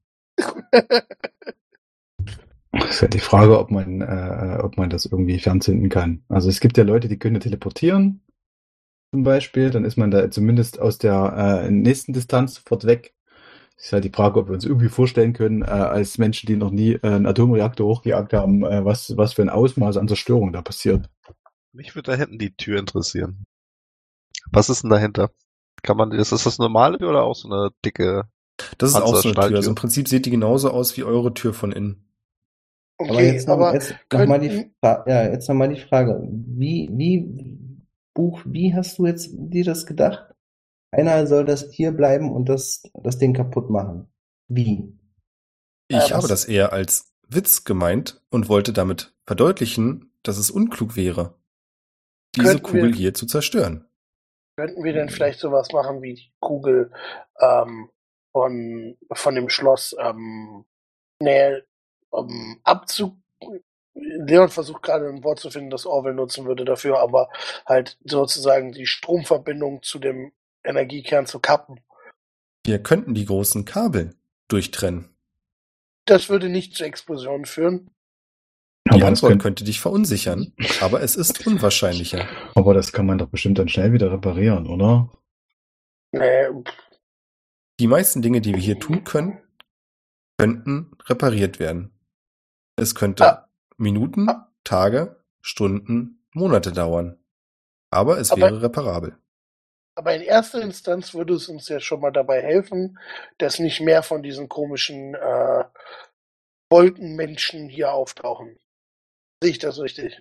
Das ist ja die Frage, ob man, äh, ob man das irgendwie fernzünden kann. Also es gibt ja Leute, die können teleportieren, zum Beispiel. Dann ist man da zumindest aus der äh, nächsten Distanz sofort weg. Ist halt die Frage, ob wir uns irgendwie vorstellen können, äh, als Menschen, die noch nie äh, einen Atomreaktor hochgejagt haben, äh, was, was für ein Ausmaß an Zerstörung da passiert. Mich würde da hinten die Tür interessieren. Was ist denn dahinter? Kann man, ist das das normale Tür oder auch so eine dicke? Das ist auch so eine Tür. Panzerstahltür. Also im Prinzip sieht die genauso aus wie eure Tür von innen. Aber Okay, jetzt noch, aber jetzt noch mal die, könnten, Fra ja, jetzt noch mal die Frage. Wie, wie, Buch, wie hast du jetzt dir das gedacht? Einer soll das hier bleiben und das, das Ding kaputt machen. Wie? Ich Äh, habe was- das eher als Witz gemeint und wollte damit verdeutlichen, dass es unklug wäre, diese Könnten Kugel wir- hier zu zerstören. könnten wir denn vielleicht sowas machen wie die Kugel ähm, von, von dem Schloss ähm, nee, ähm, Abzug. Leon versucht gerade ein Wort zu finden, das Orwell nutzen würde dafür, aber halt sozusagen die Stromverbindung zu dem Energiekern zu kappen. Wir könnten die großen Kabel durchtrennen. Das würde nicht zu Explosionen führen. Die Aber das, Antwort könnt, könnte dich verunsichern, aber es ist unwahrscheinlicher. aber das kann man doch bestimmt dann schnell wieder reparieren, oder? Nee, Die meisten Dinge, die wir hier tun können, könnten repariert werden. Es könnte Ah. Minuten, Ah. Tage, Stunden, Monate dauern. Aber es Aber- wäre reparabel. aber in erster Instanz würde es uns ja schon mal dabei helfen, dass nicht mehr von diesen komischen äh, Wolkenmenschen hier auftauchen. Sehe ich das richtig?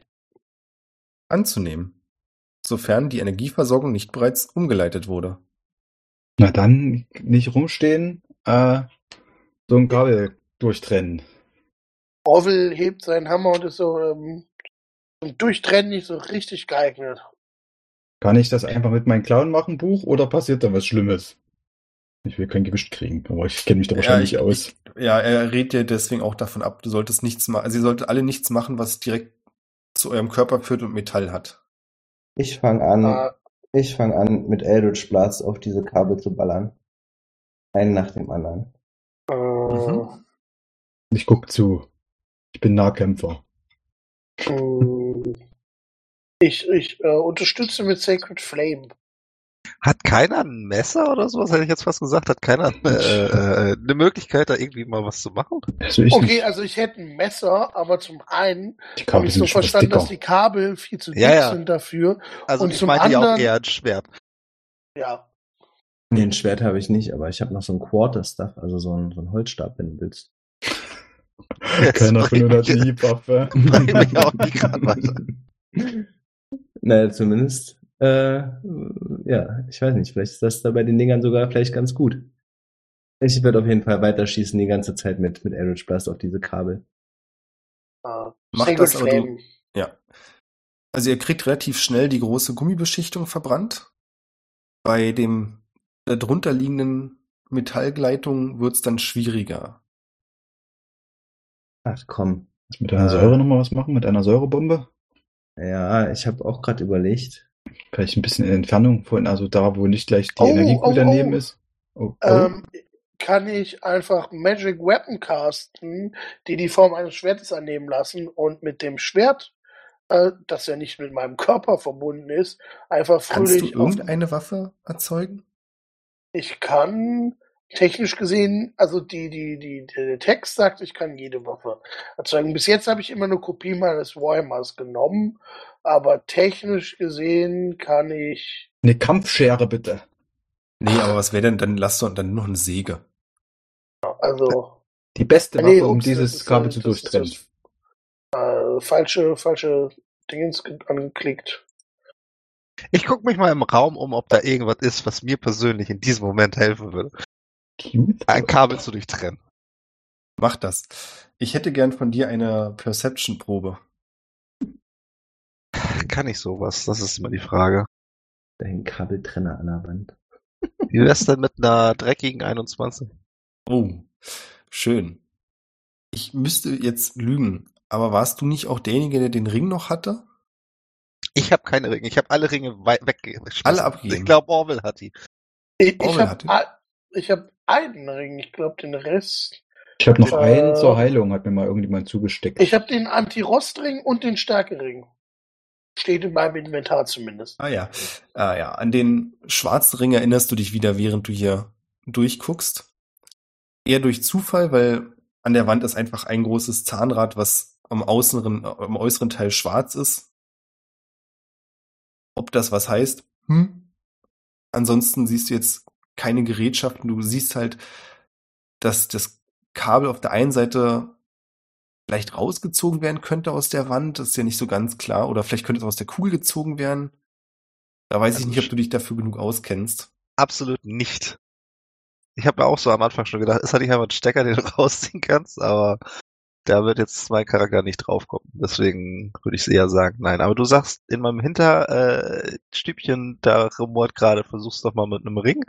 Anzunehmen, sofern die Energieversorgung nicht bereits umgeleitet wurde. Na dann nicht rumstehen, äh, so ein Kabel durchtrennen. Orwell hebt seinen Hammer und ist so ähm, zum Durchtrennen nicht so richtig geeignet. Kann ich das einfach mit meinem Clown machen, Buch, oder passiert da was Schlimmes? Ich will kein Gewicht kriegen, aber ich kenne mich da wahrscheinlich ja, ich, aus. Ich, ja, er rät dir deswegen auch davon ab, du solltest nichts machen. Also ihr solltet alle nichts machen, was direkt zu eurem Körper führt und Metall hat. Ich fange an, Äh, ich fange an, mit Eldritch Blast auf diese Kabel zu ballern. Einen nach dem anderen. äh, Mhm. Ich guck zu. Ich bin Nahkämpfer. mh, Ich, ich äh, unterstütze mit Sacred Flame. Hat keiner ein Messer oder sowas? Hätte ich jetzt fast gesagt. Hat keiner äh, äh, eine Möglichkeit, da irgendwie mal was zu machen? Also ich Okay, nicht. also ich hätte ein Messer, aber zum einen Die habe Kabel ich so sind schon was verstanden, dicker. dass die Kabel viel zu dick Ja, ja. sind dafür. Also Und ich zum meinte ja auch anderen- eher ein Schwert. Ja. Nee, ein Schwert habe ich nicht, aber ich habe noch so ein Quarter-Stuff, also so ein, so ein Holzstab, wenn du willst. Keiner von uns hat eine Hiebwaffe. Bring mich auch nicht gerade weiter. Naja, zumindest, äh, ja, ich weiß nicht, vielleicht ist das da bei den Dingern sogar vielleicht ganz gut. Ich werde auf jeden Fall weiterschießen die ganze Zeit mit, mit Eldritch Blast auf diese Kabel. Uh, Macht das aber du, ja. Also ihr kriegt relativ schnell die große Gummibeschichtung verbrannt. Bei dem darunter liegenden Metallgleitung wird's dann schwieriger. Ach komm. Mit einer Äh. Säure nochmal was machen? Mit einer Säurebombe? Ja, ich habe auch gerade überlegt. Vielleicht ein bisschen in Entfernung von, also da, wo nicht gleich die Oh, Energiekugel oh, daneben oh. ist. Oh, oh. Ähm, kann ich einfach Magic Weapon casten, die die Form eines Schwertes annehmen lassen und mit dem Schwert, äh, das ja nicht mit meinem Körper verbunden ist, einfach Kannst du fröhlich auf... irgendeine Waffe erzeugen? Ich kann technisch gesehen, also die, die, die, der Text sagt, ich kann jede Waffe erzeugen. Bis jetzt habe ich immer eine Kopie meines Warhammers genommen, aber technisch gesehen kann ich... Eine Kampfschere, bitte. Nee, aber was wäre denn, dann lass doch dann noch eine Säge. Also... Die beste Nee, Waffe, um ups, das dieses ist, Kabel äh, zu das ist durchtrennen. Äh, falsche, falsche Dingens ge- angeklickt. Ich gucke mich mal im Raum um, ob da irgendwas ist, was mir persönlich in diesem Moment helfen würde. Ein Kabel zu durchtrennen. Mach das. Ich hätte gern von dir eine Perception-Probe. Kann ich sowas? Das ist immer die Frage. Da hängt Kabeltrenner an der Wand. Wie wär's denn mit einer dreckigen einundzwanzig? Oh, schön. Ich müsste jetzt lügen, aber warst du nicht auch derjenige, der den Ring noch hatte? Ich habe keine Ringe. Ich habe alle Ringe wei- weggeschmissen. Alle abgegeben. Ich glaube, Orwell hat die. Ich, ich Orwell habe hatte- ich hab einen Ring, ich glaube den Rest. Ich habe noch Äh, einen zur Heilung, hat mir mal irgendjemand zugesteckt. Ich habe den Anti-Rost-Ring und den Stärke-Ring. Steht in meinem Inventar zumindest. Ah ja. Ah ja, an den schwarzen Ring erinnerst du dich wieder, während du hier durchguckst. Eher durch Zufall, weil an der Wand ist einfach ein großes Zahnrad, was am äußeren, am äußeren Teil schwarz ist. Ob das was heißt? Hm. Ansonsten siehst du jetzt keine Gerätschaften. Du siehst halt, dass das Kabel auf der einen Seite vielleicht rausgezogen werden könnte aus der Wand. Das ist ja nicht so ganz klar. Oder vielleicht könnte es aus der Kugel gezogen werden. Da weiß ich Also nicht, ob du dich dafür genug auskennst. Absolut nicht. Ich habe mir auch so am Anfang schon gedacht, ist halt nicht einfach ein Stecker, den du rausziehen kannst, aber da wird jetzt mein Charakter nicht draufkommen. Deswegen würde ich eher sagen, nein. Aber du sagst, in meinem Hinterstübchen, äh, da rumort gerade, versuchst doch mal mit einem Ring.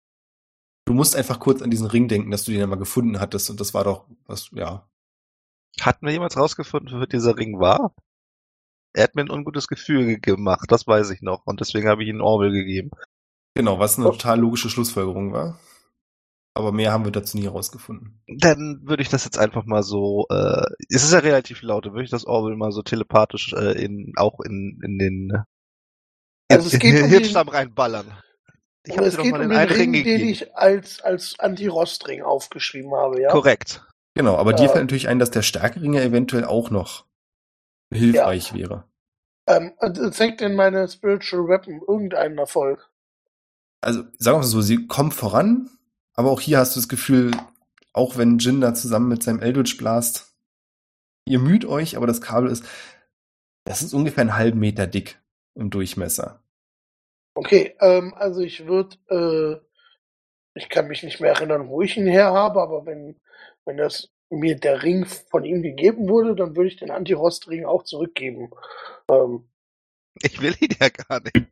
Du musst einfach kurz an diesen Ring denken, dass du den ja mal gefunden hattest. Und das war doch was, ja. Hatten wir jemals rausgefunden, wofür dieser Ring war? Er hat mir ein ungutes Gefühl ge- gemacht, das weiß ich noch. Und deswegen habe ich ihn Orwell gegeben. Genau, was eine total logische Schlussfolgerung war. Aber mehr haben wir dazu nie herausgefunden. Dann würde ich das jetzt einfach mal so, äh, es ist ja relativ laut, dann würde ich das Orwell mal so telepathisch äh, in, auch in, in den Also es geht um den- Hirnstamm reinballern. Ich Aber habe es dir doch geht mal um den den einen Ring Ring, den gegeben. ich als, als Anti-Rost-Ring aufgeschrieben habe, ja? Korrekt. Genau, aber Ja. dir fällt natürlich ein, dass der Stärkering ja eventuell auch noch hilfreich wäre. Ähm, also zeigt denn meine Spiritual Weapon irgendeinen Erfolg? Also sagen wir mal so, sie kommen voran, aber auch hier hast du das Gefühl, auch wenn Jin da zusammen mit seinem Eldritch Blast, ihr müht euch, aber das Kabel ist, das ist ungefähr einen halben Meter dick im Durchmesser. Okay, ähm, also ich würde, äh, ich kann mich nicht mehr erinnern, wo ich ihn her habe, aber wenn, wenn das mir der Ring von ihm gegeben wurde, dann würde ich den Anti-Rost-Ring auch zurückgeben. Ähm, Ich will ihn ja gar nicht.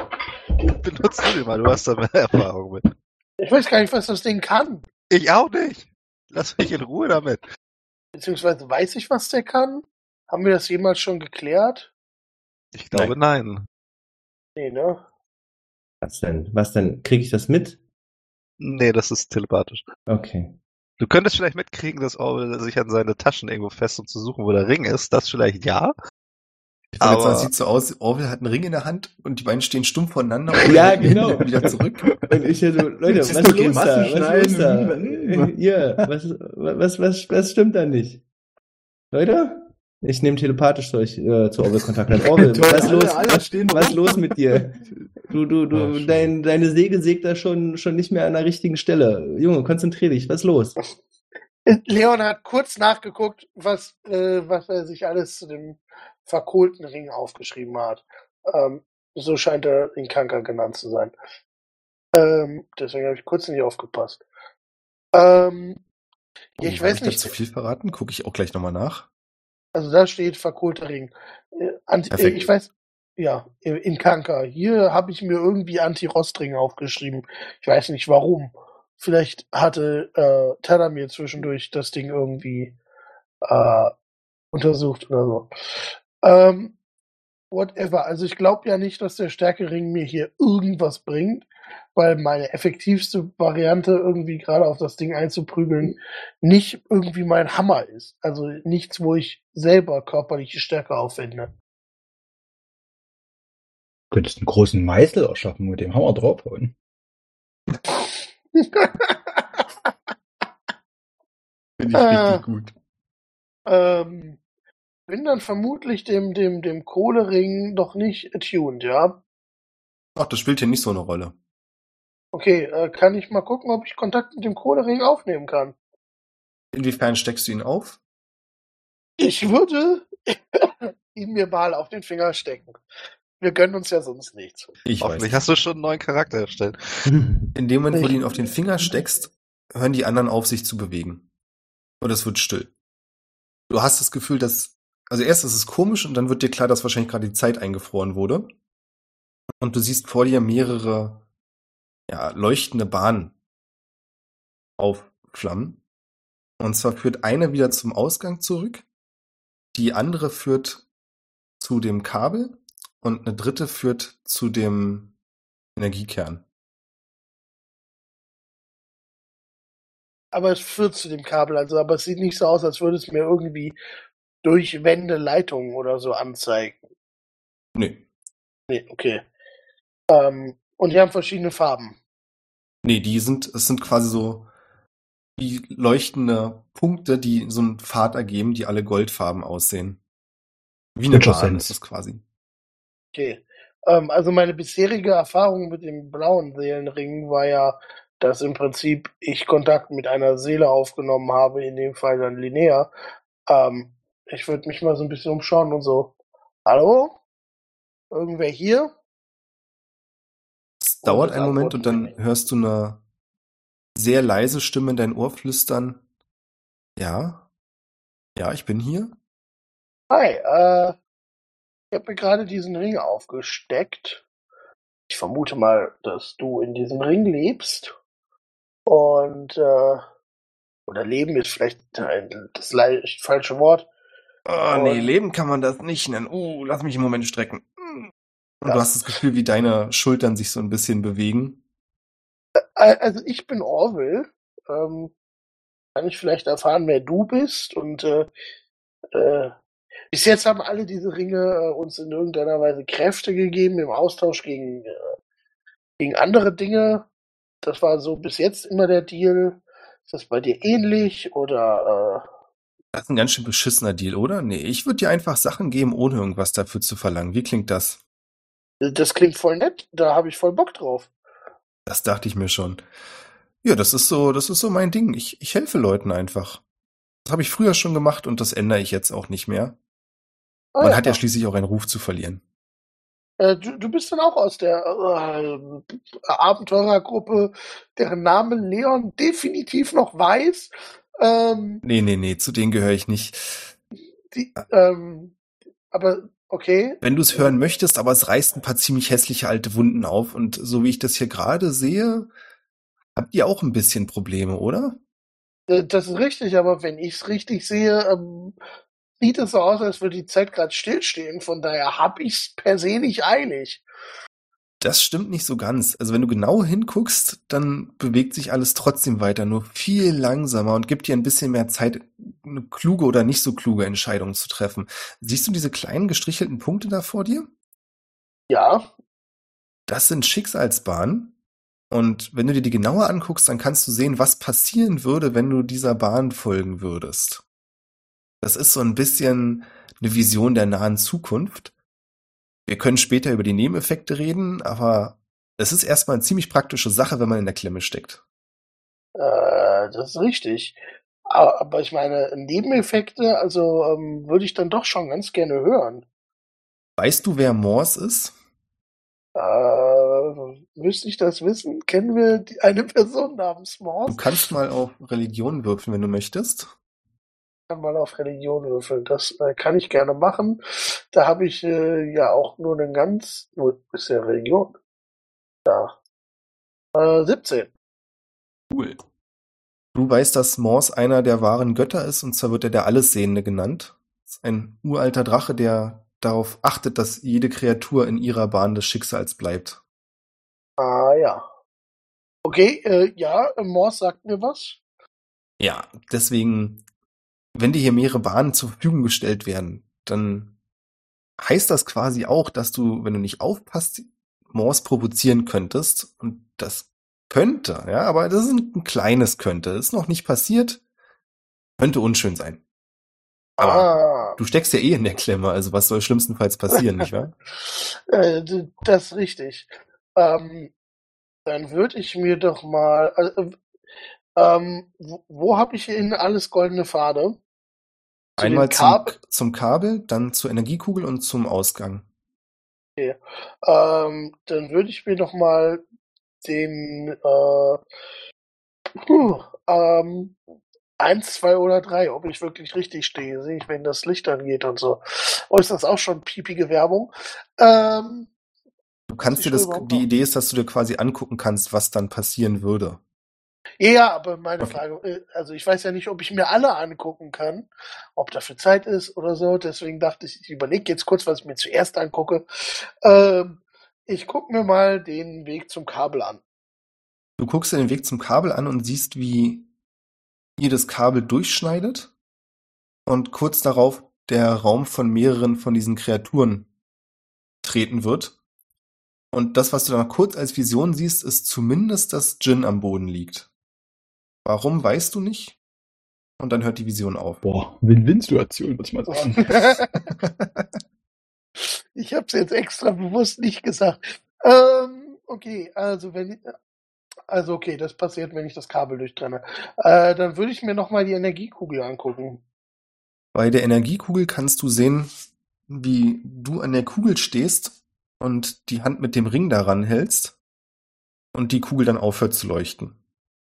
Benutzt du den mal, du hast da mehr Erfahrung mit. ich weiß gar nicht, was das Ding kann. Ich auch nicht. Lass mich in Ruhe damit. Beziehungsweise weiß ich, was der kann? Haben wir das jemals schon geklärt? Ich glaube, nein. Nee, ne? Was denn? Was denn? Kriege ich das mit? Nee, das ist telepathisch. Okay. Du könntest vielleicht mitkriegen, dass Orwell sich an seine Taschen irgendwo fest, um zu suchen, wo der Ring ist. Das vielleicht ja. Ich wollte jetzt sagen, Aber- es sieht so aus, Orwell hat einen Ring in der Hand und die beiden stehen stumpf voneinander. Ja, und genau. Wieder zurück. Und ich ja so, Leute, Das was ist ist doch kein los da? Was ist los da? Massenschneiden. Hier, was, was, was, was stimmt da nicht? Leute? Ich nehme telepathisch zu euch, äh, zu Orwell Kontakt. Orwell, Toll, was alle- los, alle was, stehen was drauf. los mit dir? Du, du, du, Ja, schon. dein, deine Säge sägt da schon, schon nicht mehr an der richtigen Stelle. Junge, konzentrier dich, was ist los? Leon hat kurz nachgeguckt, was, äh, was er sich alles zu dem verkohlten Ring aufgeschrieben hat. Ähm, so scheint er in Kanker genannt zu sein. Ähm, deswegen habe ich kurz nicht aufgepasst. Ähm, ja, ich Oh, hab weiß ich da nicht, zu viel verraten? Gucke ich auch gleich nochmal nach. also da steht verkohlter Ring. Äh, Anti, äh, Perfekt. ich weiß, ja, in in Kanker. Hier habe ich mir irgendwie Anti-Rostring aufgeschrieben. Ich weiß nicht warum. Vielleicht hatte äh, Tada mir zwischendurch das Ding irgendwie äh, untersucht oder so. Ähm, whatever. Also ich glaube ja nicht, dass der Stärkering mir hier irgendwas bringt, weil meine effektivste Variante irgendwie gerade auf das Ding einzuprügeln nicht irgendwie mein Hammer ist. Also nichts, wo ich selber körperliche Stärke aufwende. Du könntest einen großen Meißel erschaffen mit dem Hammer draufhauen. Finde ich Ah. richtig gut. ähm, bin dann vermutlich dem, dem, dem Kohlering doch nicht attuned, ja? Ach, das spielt hier nicht so eine Rolle. Okay, äh, kann ich mal gucken, ob ich Kontakt mit dem Kohlering aufnehmen kann? Inwiefern steckst du ihn auf? Ich würde ihn mir mal auf den Finger stecken. Wir gönnen uns ja sonst nichts. Ich Hoffentlich weiß. hast du schon einen neuen Charakter erstellt. In dem Moment, wo Ich- du ihn auf den Finger steckst, hören die anderen auf, sich zu bewegen. Und es wird still. Du hast das Gefühl, dass, also erst ist es komisch und dann wird dir klar, dass wahrscheinlich gerade die Zeit eingefroren wurde. Und du siehst vor dir mehrere, ja, leuchtende Bahnen aufflammen. Und zwar führt eine wieder zum Ausgang zurück, die andere führt zu dem Kabel und eine dritte führt zu dem Energiekern. Aber es führt zu dem Kabel, also, aber es sieht nicht so aus, als würde es mir irgendwie durch Wände Leitungen oder so anzeigen. Nee. Nee, okay. Ähm, und die haben verschiedene Farben. Nee, die sind, es sind quasi so wie leuchtende Punkte, die so einen Pfad ergeben, die alle goldfarben aussehen. Wie eine Witcher Bahn Sense. ist es quasi. Okay. Ähm, also meine bisherige Erfahrung mit dem blauen Seelenring war ja, dass im Prinzip ich Kontakt mit einer Seele aufgenommen habe, in dem Fall dann Linnea. Ähm, ich würde mich mal so ein bisschen umschauen und so, hallo? Irgendwer hier? Es Und dauert es einen Moment und antwortet dann mir hörst du eine sehr leise Stimme in dein Ohr flüstern. Ja, ja, ich bin hier. Hi, äh, ich habe mir gerade diesen Ring aufgesteckt. Ich vermute mal, dass du in diesem Ring lebst. Und, äh, oder leben ist vielleicht ein, das leicht falsche Wort. Oh, nee, Und- leben kann man das nicht nennen. Uh, lass mich einen Moment strecken. Und Ja. du hast das Gefühl, wie deine Schultern sich so ein bisschen bewegen. Äh, Also ich bin Orville. Ähm, kann ich vielleicht erfahren, wer du bist? Und äh, äh, bis jetzt haben alle diese Ringe äh, uns in irgendeiner Weise Kräfte gegeben im Austausch gegen, äh, gegen andere Dinge. Das war so bis jetzt immer der Deal. Ist das bei dir ähnlich oder Das ist ein ganz schön beschissener Deal, oder? Nee, ich würde dir einfach Sachen geben, ohne irgendwas dafür zu verlangen. Wie klingt das? äh, das klingt voll nett, da habe ich voll Bock drauf. Das dachte ich mir schon. Ja, das ist so, das ist so mein Ding. Ich, ich helfe Leuten einfach. Das habe ich früher schon gemacht und das ändere ich jetzt auch nicht mehr. Ah, Man hat ja schließlich auch einen Ruf zu verlieren. Äh, du, du bist dann auch aus der äh, Abenteurergruppe, deren Name Leon definitiv noch weiß. Ähm, Nee, nee, nee, zu denen gehöre ich nicht. die, ähm, aber okay. Wenn du es hören möchtest, aber es reißt ein paar ziemlich hässliche alte Wunden auf und so wie ich das hier gerade sehe, habt ihr auch ein bisschen Probleme, oder? Äh, Das ist richtig, aber wenn ich es richtig sehe, ähm, sieht es so aus, als würde die Zeit gerade stillstehen. Von daher habe ich es per se nicht eilig. Das stimmt nicht so ganz. Also wenn du genau hinguckst, dann bewegt sich alles trotzdem weiter, nur viel langsamer und gibt dir ein bisschen mehr Zeit, eine kluge oder nicht so kluge Entscheidung zu treffen. Siehst du diese kleinen gestrichelten Punkte da vor dir? Ja, Das sind Schicksalsbahnen. Und wenn du dir die genauer anguckst, dann kannst du sehen, was passieren würde, wenn du dieser Bahn folgen würdest. Das ist so ein bisschen eine Vision der nahen Zukunft. Wir können später über die Nebeneffekte reden, aber Es ist erstmal eine ziemlich praktische Sache, wenn man in der Klemme steckt. Äh, das ist richtig. Aber, aber ich meine, Nebeneffekte, also ähm, würde ich dann doch schon ganz gerne hören. Weißt du, wer Morse ist? Äh, müsste ich das wissen? Kennen wir die, eine Person namens Du Morse? kannst mal auf Religion würfeln, wenn du möchtest. Ich kann mal auf Religion würfeln. Das äh, kann ich gerne machen. Da habe ich äh, ja auch nur einen ganz, nur ist ja Religion. Da. Äh, siebzehn. Cool. Du weißt, dass Morse einer der wahren Götter ist, und zwar wird er der Allessehende genannt. Das ist ein uralter Drache, der darauf achtet, dass jede Kreatur in ihrer Bahn des Schicksals bleibt. Ah ja. Okay, äh, ja, Morse sagt mir was. Ja, deswegen, wenn dir hier mehrere Bahnen zur Verfügung gestellt werden, dann heißt das quasi auch, dass du, wenn du nicht aufpasst, Morse provozieren könntest. Und das könnte, ja, aber das ist ein, ein kleines könnte. Ist noch nicht passiert. Könnte unschön sein. Aber Ah. du steckst ja eh in der Klemme, also was soll schlimmstenfalls passieren, nicht wahr? äh, d- das ist richtig. Ähm, dann würde ich mir doch mal, also, ähm, wo, wo habe ich hin alles goldene Pfade? Zu Einmal den zum, Kabel. zum Kabel, dann zur Energiekugel und zum Ausgang. Ähm, dann würde ich mir noch mal den äh, puh, ähm, eins, zwei oder drei, ob ich wirklich richtig stehe, sehe ich, wenn das Licht angeht und so. Oh, ist das auch schon piepige Werbung? Ähm, Du kannst ich dir das, will überhaupt die noch- Idee ist, dass du dir quasi angucken kannst, was dann passieren würde. Ja, aber meine Okay. Frage, äh, also ich weiß ja nicht, ob ich mir alle angucken kann, ob dafür Zeit ist oder so. Deswegen dachte ich, ich überlege jetzt kurz, was ich mir zuerst angucke. Ähm, ich gucke mir mal den Weg zum Kabel an. Du guckst dir den Weg zum Kabel an und siehst, wie ihr das Kabel durchschneidet und kurz darauf der Raum von mehreren von diesen Kreaturen treten wird. Und das, was du dann kurz als Vision siehst, ist zumindest, dass Jin am Boden liegt. Warum, weißt du nicht? Und dann hört die Vision auf. Boah, Win-Win-Situation, würde ich mal sagen. Ich habe es jetzt extra bewusst nicht gesagt. Ähm, okay, also wenn also okay, das passiert, wenn ich das Kabel durchtrenne. Äh, dann würde ich mir noch mal die Energiekugel angucken. Bei der Energiekugel kannst du sehen, wie du an der Kugel stehst und die Hand mit dem Ring daran hältst und die Kugel dann aufhört zu leuchten.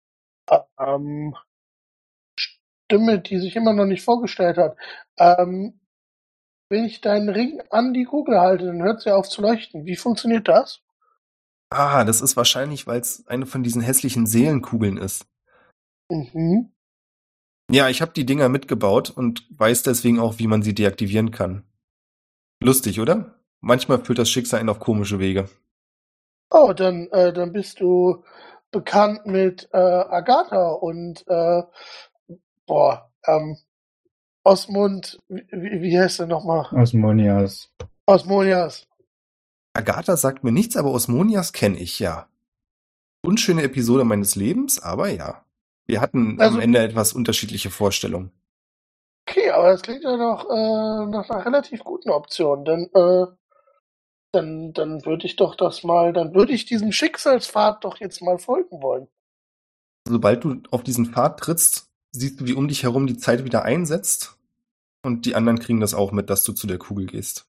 Ähm, Stimme, die sich immer noch nicht vorgestellt hat. Ähm, wenn ich deinen Ring an die Kugel halte, dann hört sie auf zu leuchten. Wie funktioniert das? Ah, das ist wahrscheinlich, weil es eine von diesen hässlichen Seelenkugeln ist. Mhm. Ja, ich habe die Dinger mitgebaut und weiß deswegen auch, wie man sie deaktivieren kann. Lustig, oder? Manchmal führt das Schicksal einen auf komische Wege. Oh, dann, äh, dann bist du bekannt mit äh, Agatha und äh, boah, ähm, Osmund, wie, wie wie heißt er nochmal? Osmonias. Osmonias. Agatha sagt mir nichts, aber Osmonias kenne ich, ja. Unschöne Episode meines Lebens, aber ja. Wir hatten Also- am Ende etwas unterschiedliche Vorstellungen. Okay, aber das klingt ja noch äh, nach einer relativ guten Option. Dann, äh, dann, dann würde ich doch das mal, dann würde ich diesem Schicksalspfad doch jetzt mal folgen wollen. Sobald du auf diesen Pfad trittst, siehst du, wie um dich herum die Zeit wieder einsetzt. Und die anderen kriegen das auch mit, dass du zu der Kugel gehst.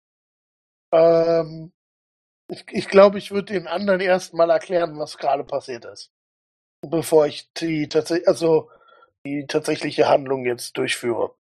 Ähm, ich ich glaube, ich würde den anderen erst mal erklären, was gerade passiert ist. Bevor ich die tatsächlich, also die tatsächliche Handlung jetzt durchführe.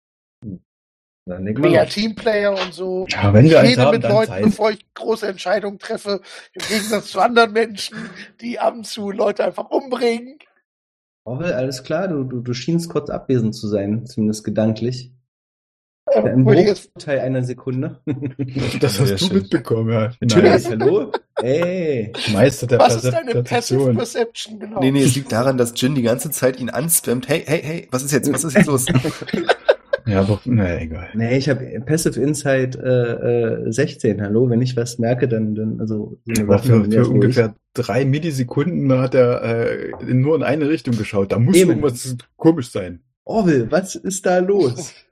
Dann leg Ich bin mal ja los. Teamplayer und so. Ja, wenn Ich wir eins rede haben, mit dann Leuten, Zeit. bevor ich große Entscheidungen treffe. Im Gegensatz zu anderen Menschen, die ab und zu Leute einfach umbringen. Orwell, alles klar, du, du, du schienst kurz abwesend zu sein, zumindest gedanklich. Ähm, Im würde ich jetzt, Bruchteil einer Sekunde. Das Sehr hast du schön. mitbekommen, ja. Natürlich, Nice. hallo? Ey. Meister der was ist deine Passive Perzeption. Perception genau? Nee, nee, es liegt daran, dass Jin die ganze Zeit ihn anspammt. Hey, hey, hey, was ist jetzt, was ist jetzt los? Ja, aber, naja, egal. Nee, ich habe Passive Insight äh, äh, sechzehn, hallo? Wenn ich was merke, dann, dann also so eine Aber Sache, für, dann wär's für ruhig. ungefähr drei Millisekunden hat er äh, in- nur in eine Richtung geschaut. Da muss Eben. irgendwas komisch sein. Orwell, was ist da los?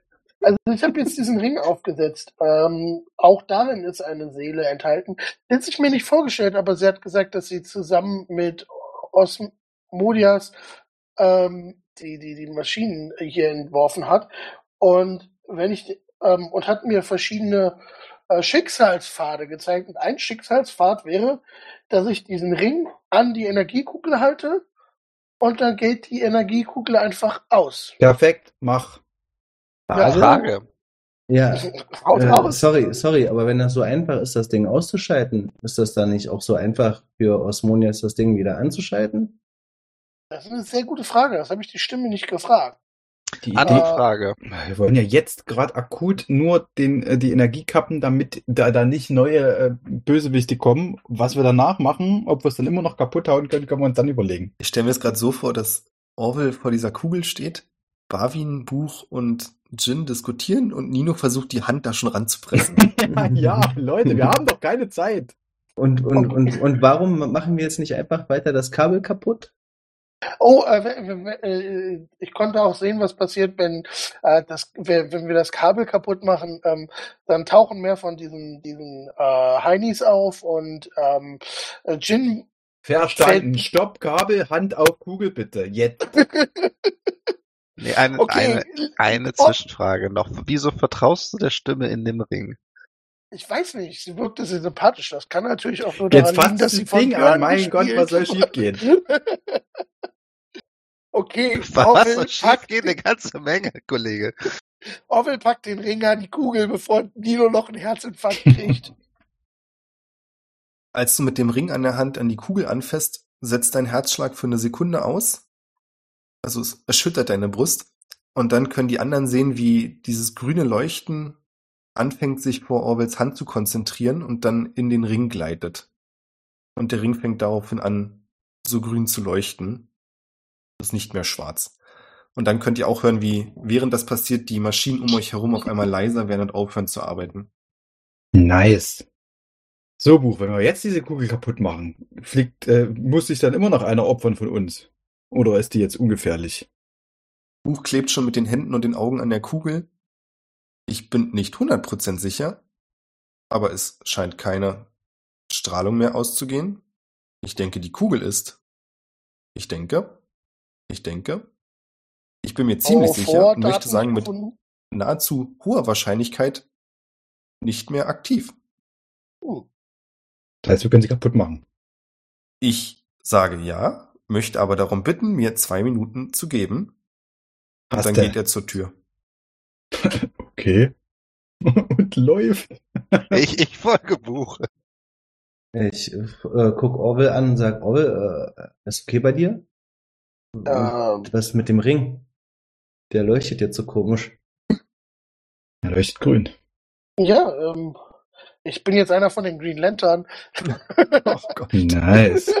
Also ich habe jetzt diesen Ring aufgesetzt. Ähm, auch darin ist eine Seele enthalten. Die hat sich mir nicht vorgestellt, aber sie hat gesagt, dass sie zusammen mit Osmodias ähm, die, die, die Maschinen hier entworfen hat. Und wenn ich ähm, und hat mir verschiedene äh, Schicksalspfade gezeigt. Und ein Schicksalspfad wäre, dass ich diesen Ring an die Energiekugel halte und dann geht die Energiekugel einfach aus. Perfekt, mach. Ja. Frage. Ja, Haut äh, raus. sorry, sorry, aber wenn das so einfach ist, das Ding auszuschalten, ist das dann nicht auch so einfach für Osmonias, das Ding wieder anzuschalten? Das ist eine sehr gute Frage. Das habe ich die Stimme nicht gefragt. Die Andere Idee, Frage. wir wollen ja jetzt gerade akut nur den, äh, die Energie kappen, damit da, da nicht neue äh, Bösewichte kommen. Was wir danach machen, ob wir es dann immer noch kaputt hauen können, können wir uns dann überlegen. Ich stelle mir es gerade so vor, dass Orwell vor dieser Kugel steht, Barwin, Buch und Jin diskutieren und Nino versucht, die Hand da schon ranzupressen. ja, ja, Leute, wir haben doch keine Zeit. Und, und, und, und warum machen wir jetzt nicht einfach weiter das Kabel kaputt? Oh, äh, w- w- äh, ich konnte auch sehen, was passiert, wenn äh, das, wenn wenn wir das Kabel kaputt machen. Ähm, dann tauchen mehr von diesen diesen äh, Heinis auf und ähm, äh, Jin. Verstanden. Fällt- Stopp, Kabel, Hand auf Kugel bitte. Jetzt. Nee, eine, Okay, eine, eine Oh. Zwischenfrage noch. Wieso vertraust du der Stimme in dem Ring? ich weiß nicht, sie wirkte sehr sympathisch. Das kann natürlich auch nur Jetzt daran liegen, fasst dass das sie von Ding an. Björn Mein Gott, gespielt was soll wurde. schiefgehen? Okay, Was Orwell soll packt, schief gehen? Eine ganze Menge, Kollege. Orwell packt den Ring an die Kugel, bevor Nino noch einen Herzinfarkt kriegt. Als du mit dem Ring an der Hand an die Kugel anfasst, setzt dein Herzschlag für eine Sekunde aus. Also es erschüttert deine Brust. Und dann können die anderen sehen, wie dieses grüne Leuchten anfängt, sich vor Orwells Hand zu konzentrieren und dann in den Ring gleitet. Und der Ring fängt daraufhin an, so grün zu leuchten. Ist nicht mehr schwarz. Und dann könnt ihr auch hören, wie während das passiert, die Maschinen um euch herum auf einmal leiser werden und aufhören zu arbeiten. Nice. So, Buch, wenn wir jetzt diese Kugel kaputt machen, fliegt, äh, muss sich dann immer noch einer opfern von uns? Oder ist die jetzt ungefährlich? Buch klebt schon mit den Händen und den Augen an der Kugel. Ich bin nicht hundert Prozent sicher, aber es scheint keine Strahlung mehr auszugehen. Ich denke, die Kugel ist. Ich denke. Ich denke. Ich bin mir ziemlich Oh, sicher vor und möchte Daten sagen, mit gefunden. nahezu hoher Wahrscheinlichkeit nicht mehr aktiv. Hm. Das heißt, wir können sie kaputt machen. Ich sage ja, möchte aber darum bitten, mir zwei Minuten zu geben. Und Hast dann du. geht er zur Tür. Okay. Und läuft. Ich, ich folge Buch. Ich äh, guck Orwell an und sag, Orwell, äh, ist okay bei dir? Und Ähm, was mit dem Ring? Der leuchtet jetzt so komisch. Er leuchtet grün. ja, ähm, ich bin jetzt einer von den Green Lantern. Oh Gott. Nice.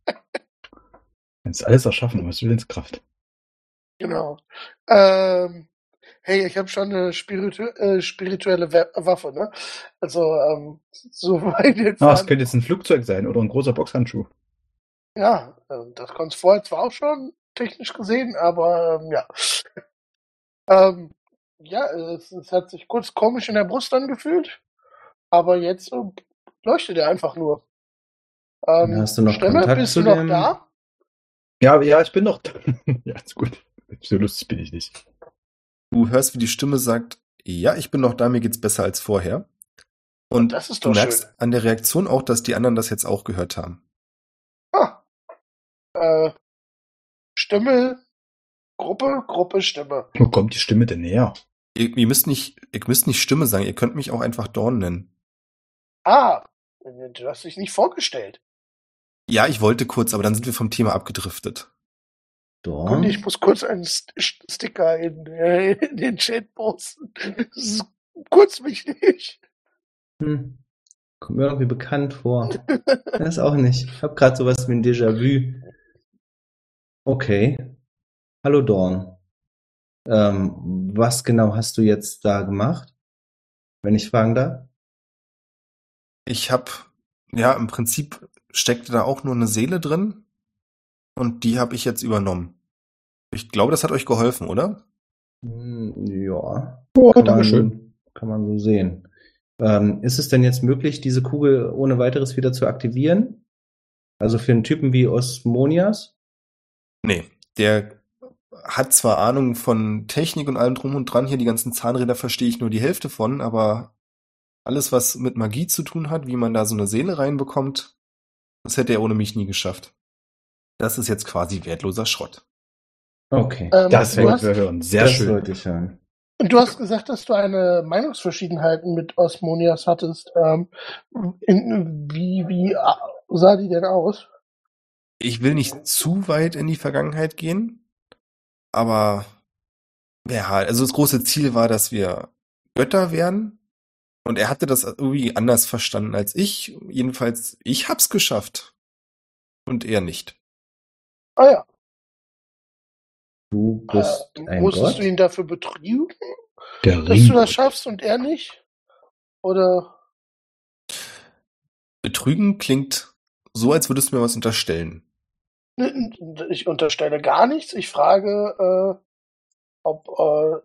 Kannst alles erschaffen, was Willenskraft. Genau. Ähm, hey, ich habe schon eine spiritu äh, spirituelle We Waffe, ne? Also, ähm, so weit jetzt. Ah, es könnte jetzt ein Flugzeug sein oder ein großer Boxhandschuh. Ja, äh, das konnte es vorher zwar auch schon technisch gesehen, aber ähm, ja. ähm, ja, es, es hat sich kurz komisch in der Brust angefühlt, aber jetzt äh, leuchtet er einfach nur. Ähm, Hast du noch Stimme, Kontakt bist zu du noch dem- da? Ja, ja, ich bin noch da. Ja, ist gut. So lustig bin ich nicht. Du hörst, wie die Stimme sagt, ja, ich bin noch da, mir geht's besser als vorher. Und Das ist du doch merkst schön. an der Reaktion auch, dass die anderen das jetzt auch gehört haben. Ah, äh, Stimme, Gruppe, Gruppe, Stimme. Wo kommt die Stimme denn her? Ihr, ihr müsst nicht, ihr müsst nicht Stimme sagen, ihr könnt mich auch einfach Dorn nennen. Ah, du hast dich nicht vorgestellt. Ja, ich wollte kurz, aber dann sind wir vom Thema abgedriftet. Dorn? Kunde, ich muss kurz einen St St- Sticker in, äh, in den Chat posten. Das ist kurz mich nicht. Hm. Kommt mir irgendwie bekannt vor. Das auch nicht. Ich hab grad sowas wie ein Déjà-vu. Okay. Hallo Dorn. Ähm, was genau hast du jetzt da gemacht? Wenn ich fragen darf? Ich hab, ja, im Prinzip steckte da auch nur eine Seele drin und die habe ich jetzt übernommen. Ich glaube, das hat euch geholfen, oder? Hm, ja, Oh, kann Dankeschön. man, kann man so sehen. Ähm, ist es denn jetzt möglich, diese Kugel ohne weiteres wieder zu aktivieren? Also für einen Typen wie Osmonias? Nee, der hat zwar Ahnung von Technik und allem drum und dran, hier die ganzen Zahnräder verstehe ich nur die Hälfte von, aber alles, was mit Magie zu tun hat, wie man da so eine Seele reinbekommt, das hätte er ohne mich nie geschafft. Das ist jetzt quasi wertloser Schrott. Okay, Ähm, Das du, wollten wir hast, hören. Sehr das schön. wollte ich hören. du hast gesagt, dass du eine Meinungsverschiedenheiten mit Osmonias hattest. Ähm, in, wie, wie sah die denn aus? Ich will nicht zu weit in die Vergangenheit gehen, aber ja, also das große Ziel war, dass wir Götter werden. Und er hatte das irgendwie anders verstanden als ich. Jedenfalls, ich hab's geschafft. Und er nicht. Ah ja. Du Äh, bist ein musstest Gott? du ihn dafür betrügen, Der dass du das Ringgott. schaffst und er nicht? Oder? Betrügen klingt so, als würdest du mir was unterstellen. Ich unterstelle gar nichts. Ich frage, äh, ob äh,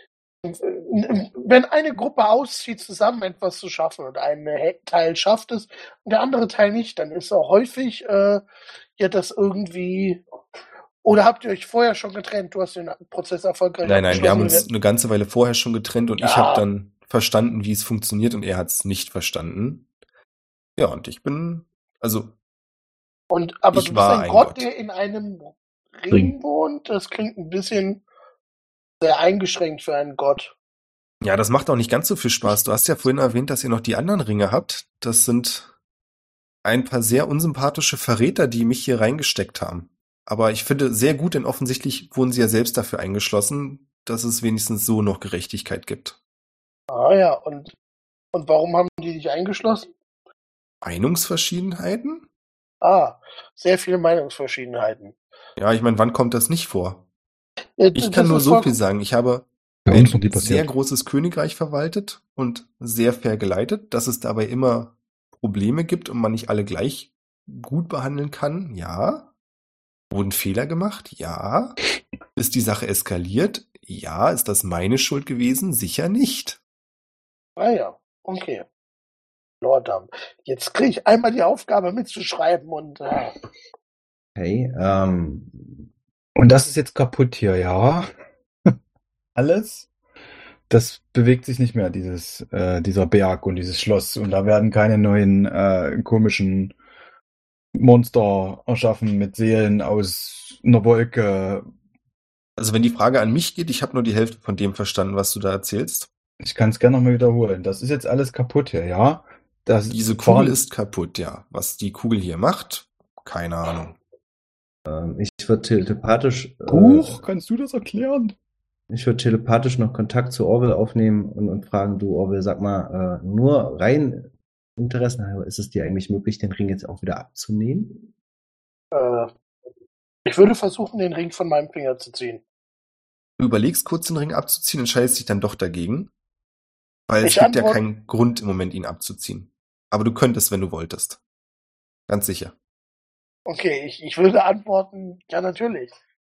wenn eine Gruppe auszieht, zusammen etwas zu schaffen und ein Teil schafft es und der andere Teil nicht, dann ist auch häufig äh, ja das irgendwie. Oder habt ihr euch vorher schon getrennt? Du hast den Prozess erfolgreich Nein, nein, wir haben abgeschlossen. uns eine ganze Weile vorher schon getrennt und ich Ja. habe dann verstanden, wie es funktioniert und er hat es nicht verstanden. Ja, und ich bin, also Und aber ich du bist war ein ein Gott, Gott. der in einem Ring Ring. wohnt. Das klingt ein bisschen sehr eingeschränkt für einen Gott. Ja, das macht auch nicht ganz so viel Spaß. Du hast ja vorhin erwähnt, dass ihr noch die anderen Ringe habt. Das sind ein paar sehr unsympathische Verräter, die mich hier reingesteckt haben. Aber ich finde sehr gut, denn offensichtlich wurden sie ja selbst dafür eingeschlossen, dass es wenigstens so noch Gerechtigkeit gibt. Ah ja, und, und warum haben die dich eingeschlossen? Meinungsverschiedenheiten? Ah, sehr viele Meinungsverschiedenheiten. Ja, ich meine, wann kommt das nicht vor? Äh, Ich das kann nur ist so voll- viel sagen. Ich habe Bei uns noch ein nie sehr passiert. großes Königreich verwaltet und sehr fair geleitet, dass es dabei immer Probleme gibt und man nicht alle gleich gut behandeln kann. Ja. Wurden Fehler gemacht? Ja. Ist die Sache eskaliert? Ja. Ist das meine Schuld gewesen? Sicher nicht. Ah ja, okay. Lordam. Jetzt kriege ich einmal die Aufgabe mitzuschreiben und äh, Okay, ähm, Und das ist jetzt kaputt hier, ja. Alles. Das bewegt sich nicht mehr, dieses, äh, dieser Berg und dieses Schloss. Und da werden keine neuen äh, komischen Monster erschaffen mit Seelen aus einer Wolke. Also wenn die Frage an mich geht, ich habe nur die Hälfte von dem verstanden, was du da erzählst. Ich kann es gerne nochmal wiederholen. Das ist jetzt alles kaputt hier, ja. Das Diese Kugel waren- ist kaputt, ja. Was die Kugel hier macht, keine Ahnung. ähm, ich würde telepathisch, äh, Huch, kannst du das erklären? ich würde telepathisch noch Kontakt zu Orwell aufnehmen und, und fragen, du Orwell, sag mal, äh, nur rein interessenhalber, ist es dir eigentlich möglich, den Ring jetzt auch wieder abzunehmen? äh, ich würde versuchen, den Ring von meinem Finger zu ziehen. Du überlegst kurz, den Ring abzuziehen, entscheidest dich dann doch dagegen. Weil es Ich gibt ja antwort- keinen Grund im Moment, ihn abzuziehen. Aber du könntest, wenn du wolltest. Ganz sicher. Okay, ich, ich würde antworten, ja natürlich.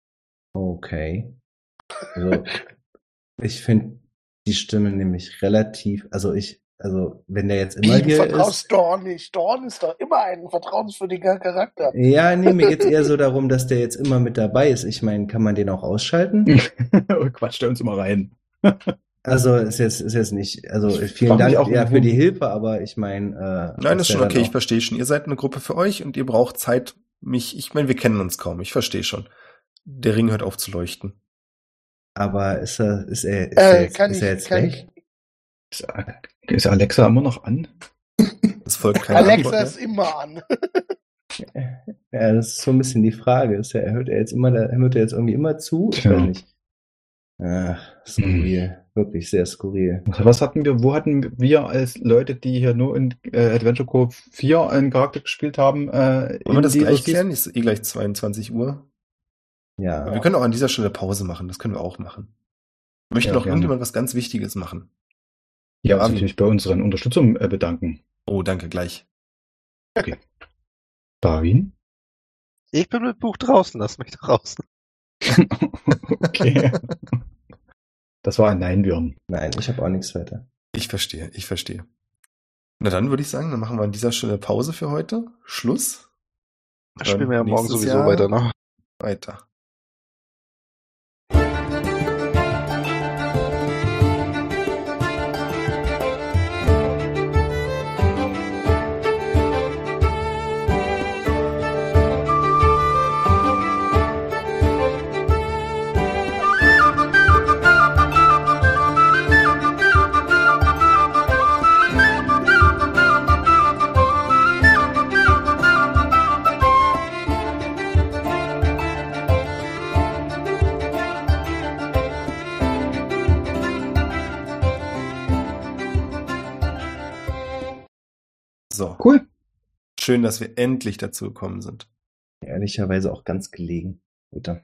Okay. Also, ich finde die Stimme nämlich relativ, also ich, also wenn der jetzt immer Wie, du hier vertraust ist. Dorn nicht. Dorn ist doch immer ein vertrauenswürdiger Charakter. Ja, nee, mir geht's eher so darum, dass der jetzt immer mit dabei ist. Ich meine, kann man den auch ausschalten? Oh, Quatsch, stell uns immer rein. Also ist jetzt, ist jetzt nicht, also vielen frag mich Dank auch, ja wo- für die Hilfe, aber ich meine, äh, Nein, das ist schon wär okay, dann ich auch- verstehe schon. Ihr seid eine Gruppe für euch und ihr braucht Zeit, mich, ich meine, wir kennen uns kaum, ich verstehe schon. Der Ring hört auf zu leuchten. Aber ist er, ist er, ist Äh, er jetzt, kann ist ich, er jetzt kann weg? Ist, ist Alexa immer noch an? Es folgt keine Alexa Antwort ist immer an. Ja, das ist so ein bisschen die Frage. Ist er, hört er jetzt immer, da- hört er jetzt irgendwie immer zu? Ich Tja. weiß nicht. Ach, skurril. Wirklich sehr skurril. Also was hatten wir, wo hatten wir als Leute, die hier nur in äh, Adventure Cove vier einen Charakter gespielt haben, äh, Wollen wir das dieser gleich Season? klären? Ist eh gleich zweiundzwanzig Uhr. Ja. Wir können auch an dieser Stelle Pause machen, das können wir auch machen. Möchte Ja, noch gerne. irgendjemand was ganz Wichtiges machen? Ja, uns Armin. natürlich bei unseren Unterstützern äh, bedanken. Oh, danke, gleich. Darwin? Ich bin mit Buch draußen, lass mich draußen. Okay. Das war ein Nein-Birnen. Nein, ich habe auch nichts weiter. Ich verstehe, ich verstehe. Na dann würde ich sagen, dann machen wir an dieser Stelle Pause für heute. Schluss. Das spielen wir ja morgen Nächstes sowieso Jahr weiter, ne? Weiter. So, Cool. schön, dass wir endlich dazu gekommen sind. Ehrlicherweise auch ganz gelegen. Bitte.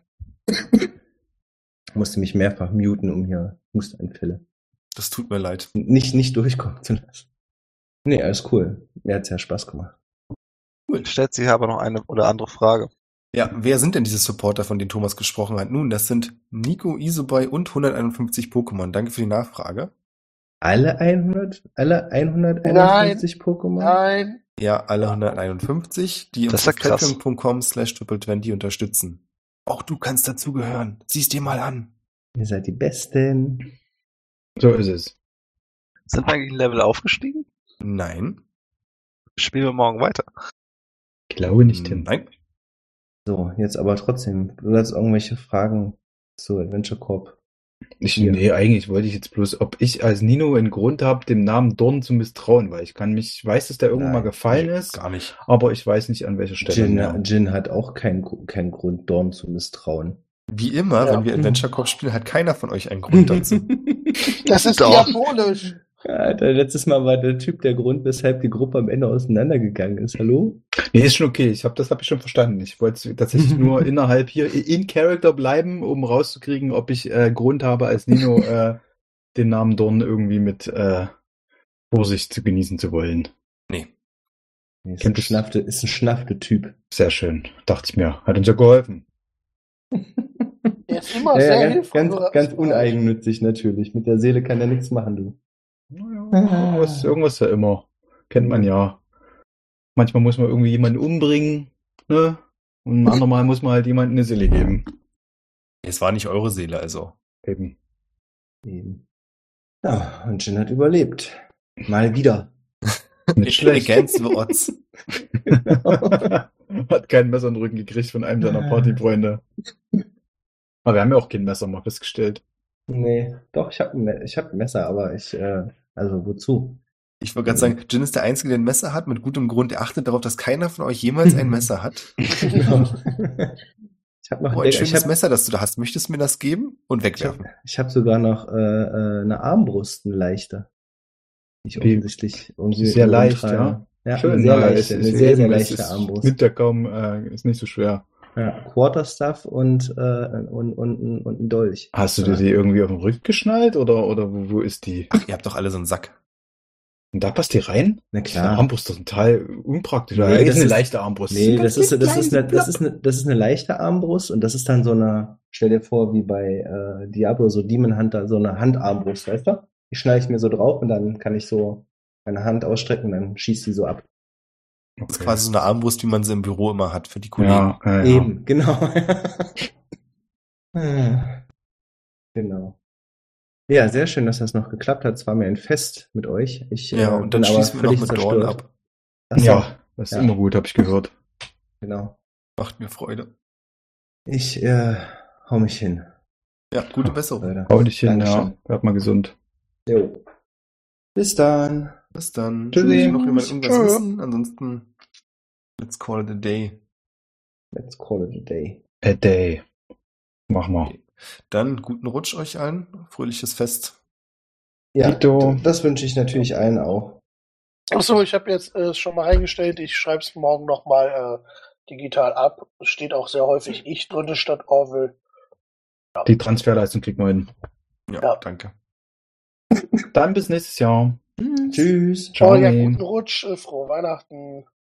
Musste mich mehrfach muten, um hier Husteneinfälle Das tut mir leid. nicht, nicht durchkommen zu lassen. Nee, alles cool. Mir hat's ja Spaß gemacht. Stellt sich aber noch eine oder andere Frage. Ja, wer sind denn diese Supporter, von denen Thomas gesprochen hat? Nun, das sind Nico, Isobai und hunderteinundfünfzig Pokémon. Danke für die Nachfrage. Alle hundert, alle hunderteinundfünfzig Pokémon? Nein. Ja, alle hunderteinundfünfzig, die Das uns ist ja auf krass. patreon punkt com slash triple twenty unterstützen. Auch du kannst dazugehören. Sieh's dir mal an. Ihr seid die Besten. So ist es. Sind wir eigentlich ein Level aufgestiegen? Nein. Spielen wir morgen weiter. Ich glaube nicht, Tim. Nein. So, jetzt aber trotzdem. Du hast irgendwelche Fragen zu Adventure Corp? Ich, Ja. nee, eigentlich wollte ich jetzt bloß, ob ich als Nino einen Grund habe, dem Namen Dorn zu misstrauen, weil ich kann mich, ich weiß, dass der irgendwann Nein, mal gefallen Nee, ist, Gar nicht. aber ich weiß nicht, an welcher Stelle. Jin, genau. Jin hat auch keinen Gru- keinen Grund, Dorn zu misstrauen. Wie immer, Ja. wenn wir Adventure Corp spielen, hat keiner von euch einen Grund dazu. Das ist Doch. diabolisch. Alter, letztes Mal war der Typ der Grund, weshalb die Gruppe am Ende auseinandergegangen ist. Hallo? Nee, ist schon okay. Ich habe das habe ich schon verstanden. Ich wollte tatsächlich nur innerhalb hier in Character bleiben, um rauszukriegen, ob ich äh, Grund habe, als Nino äh, den Namen Dorn irgendwie mit äh, Vorsicht zu genießen zu wollen. Nee. Nee, ist, ein Kennt es- Schnafte, ist ein Schnafte-Typ. Sehr schön, dachte ich mir. Hat uns ja geholfen. Er ist immer Ja, sehr ja, ganz, hilfreich. ganz, ganz uneigennützig natürlich. Mit der Seele kann er nichts machen, du. Naja, irgendwas, irgendwas ja immer. Kennt man ja. Manchmal muss man irgendwie jemanden umbringen, ne? Und ein andermal muss man halt jemandem eine Seele geben. Es war nicht eure Seele, also. Eben. Eben. Ja, und Jin hat überlebt. Mal wieder. Nicht schlecht. Against the odds. Hat kein Messer in den Rücken gekriegt von einem seiner Partyfreunde. Aber wir haben ja auch kein Messer mal festgestellt. Nee, doch, ich habe ein, ich hab ein Messer, aber ich, äh, also wozu? Ich wollte gerade sagen, Jin ist der Einzige, der ein Messer hat, mit gutem Grund. Er achtet darauf, dass keiner von euch jemals ein Messer hat. Genau. Ich habe noch Oh, ein ich schönes hab, Messer, das du da hast. Möchtest du mir das geben? Und ich hab, wegwerfen. ich hab sogar noch äh, äh, eine Armbrust, eine leichte. Die ich Wie- offensichtlich irgendwie Sehr mit leicht, rumtrage. ja. Ja, Schön, eine sehr ja, leichte, es eine ist sehr, eben, sehr es leichte ist, Armbrust. Nimmt ja kaum, äh, ist nicht so schwer. Ja, Quarterstaff und, äh, und, und, und ein Dolch. Hast du dir die irgendwie auf den Rücken geschnallt oder, oder wo, wo ist die? Ach, ihr habt doch alle so einen Sack. Und da passt die rein? Na Die klar. Armbrust ist total unpraktisch. Nee, Nee, das ist eine ist- leichte Armbrust. Nee, Ganz das ist, das, klein, ist eine, das, platt. ist eine, das ist eine leichte Armbrust und das ist dann so eine, stell dir vor, wie bei äh, Diablo, so Demon Hunter, so eine Handarmbrust, weißt du? Die schneide ich mir so drauf und dann kann ich so meine Hand ausstrecken und dann schießt die so ab. Das ist Okay. quasi so eine Armbrust, wie man sie im Büro immer hat für die Kollegen. Ja, ja, ja. Eben, genau. Genau. Ja, sehr schön, dass das noch geklappt hat. Es war mir ein Fest mit euch. Ich, Ja, äh, und dann bin aber schließen wir noch völlig mit zerstört. Dorn ab. Ach so, Ja, das ist Ja. immer gut, habe ich gehört. genau. Macht mir Freude. Ich äh, hau mich hin, Ja, gute Besserung. Leute. Hau dich hin, ja. Dankeschön. Bleib mal gesund. Jo. Bis dann. Bis dann. Tschüssi. Möchte noch jemand irgendwas Tschö. wissen? Ansonsten, let's call it a day. Let's call it a day. A day. Mach mal. Dann guten Rutsch euch allen. Fröhliches Fest. Ja, Dito. d- das wünsche ich natürlich allen auch. Achso, ich habe jetzt äh, schon mal reingestellt. Ich schreibe es morgen nochmal äh, digital ab. Es steht auch sehr häufig ich drin statt Orwell. Die Transferleistung kriegt man hin. Ja, Ja. danke. Dann bis nächstes Jahr. Tschüss. Ciao, ja, Ciao. guten Rutsch, äh, frohe Weihnachten.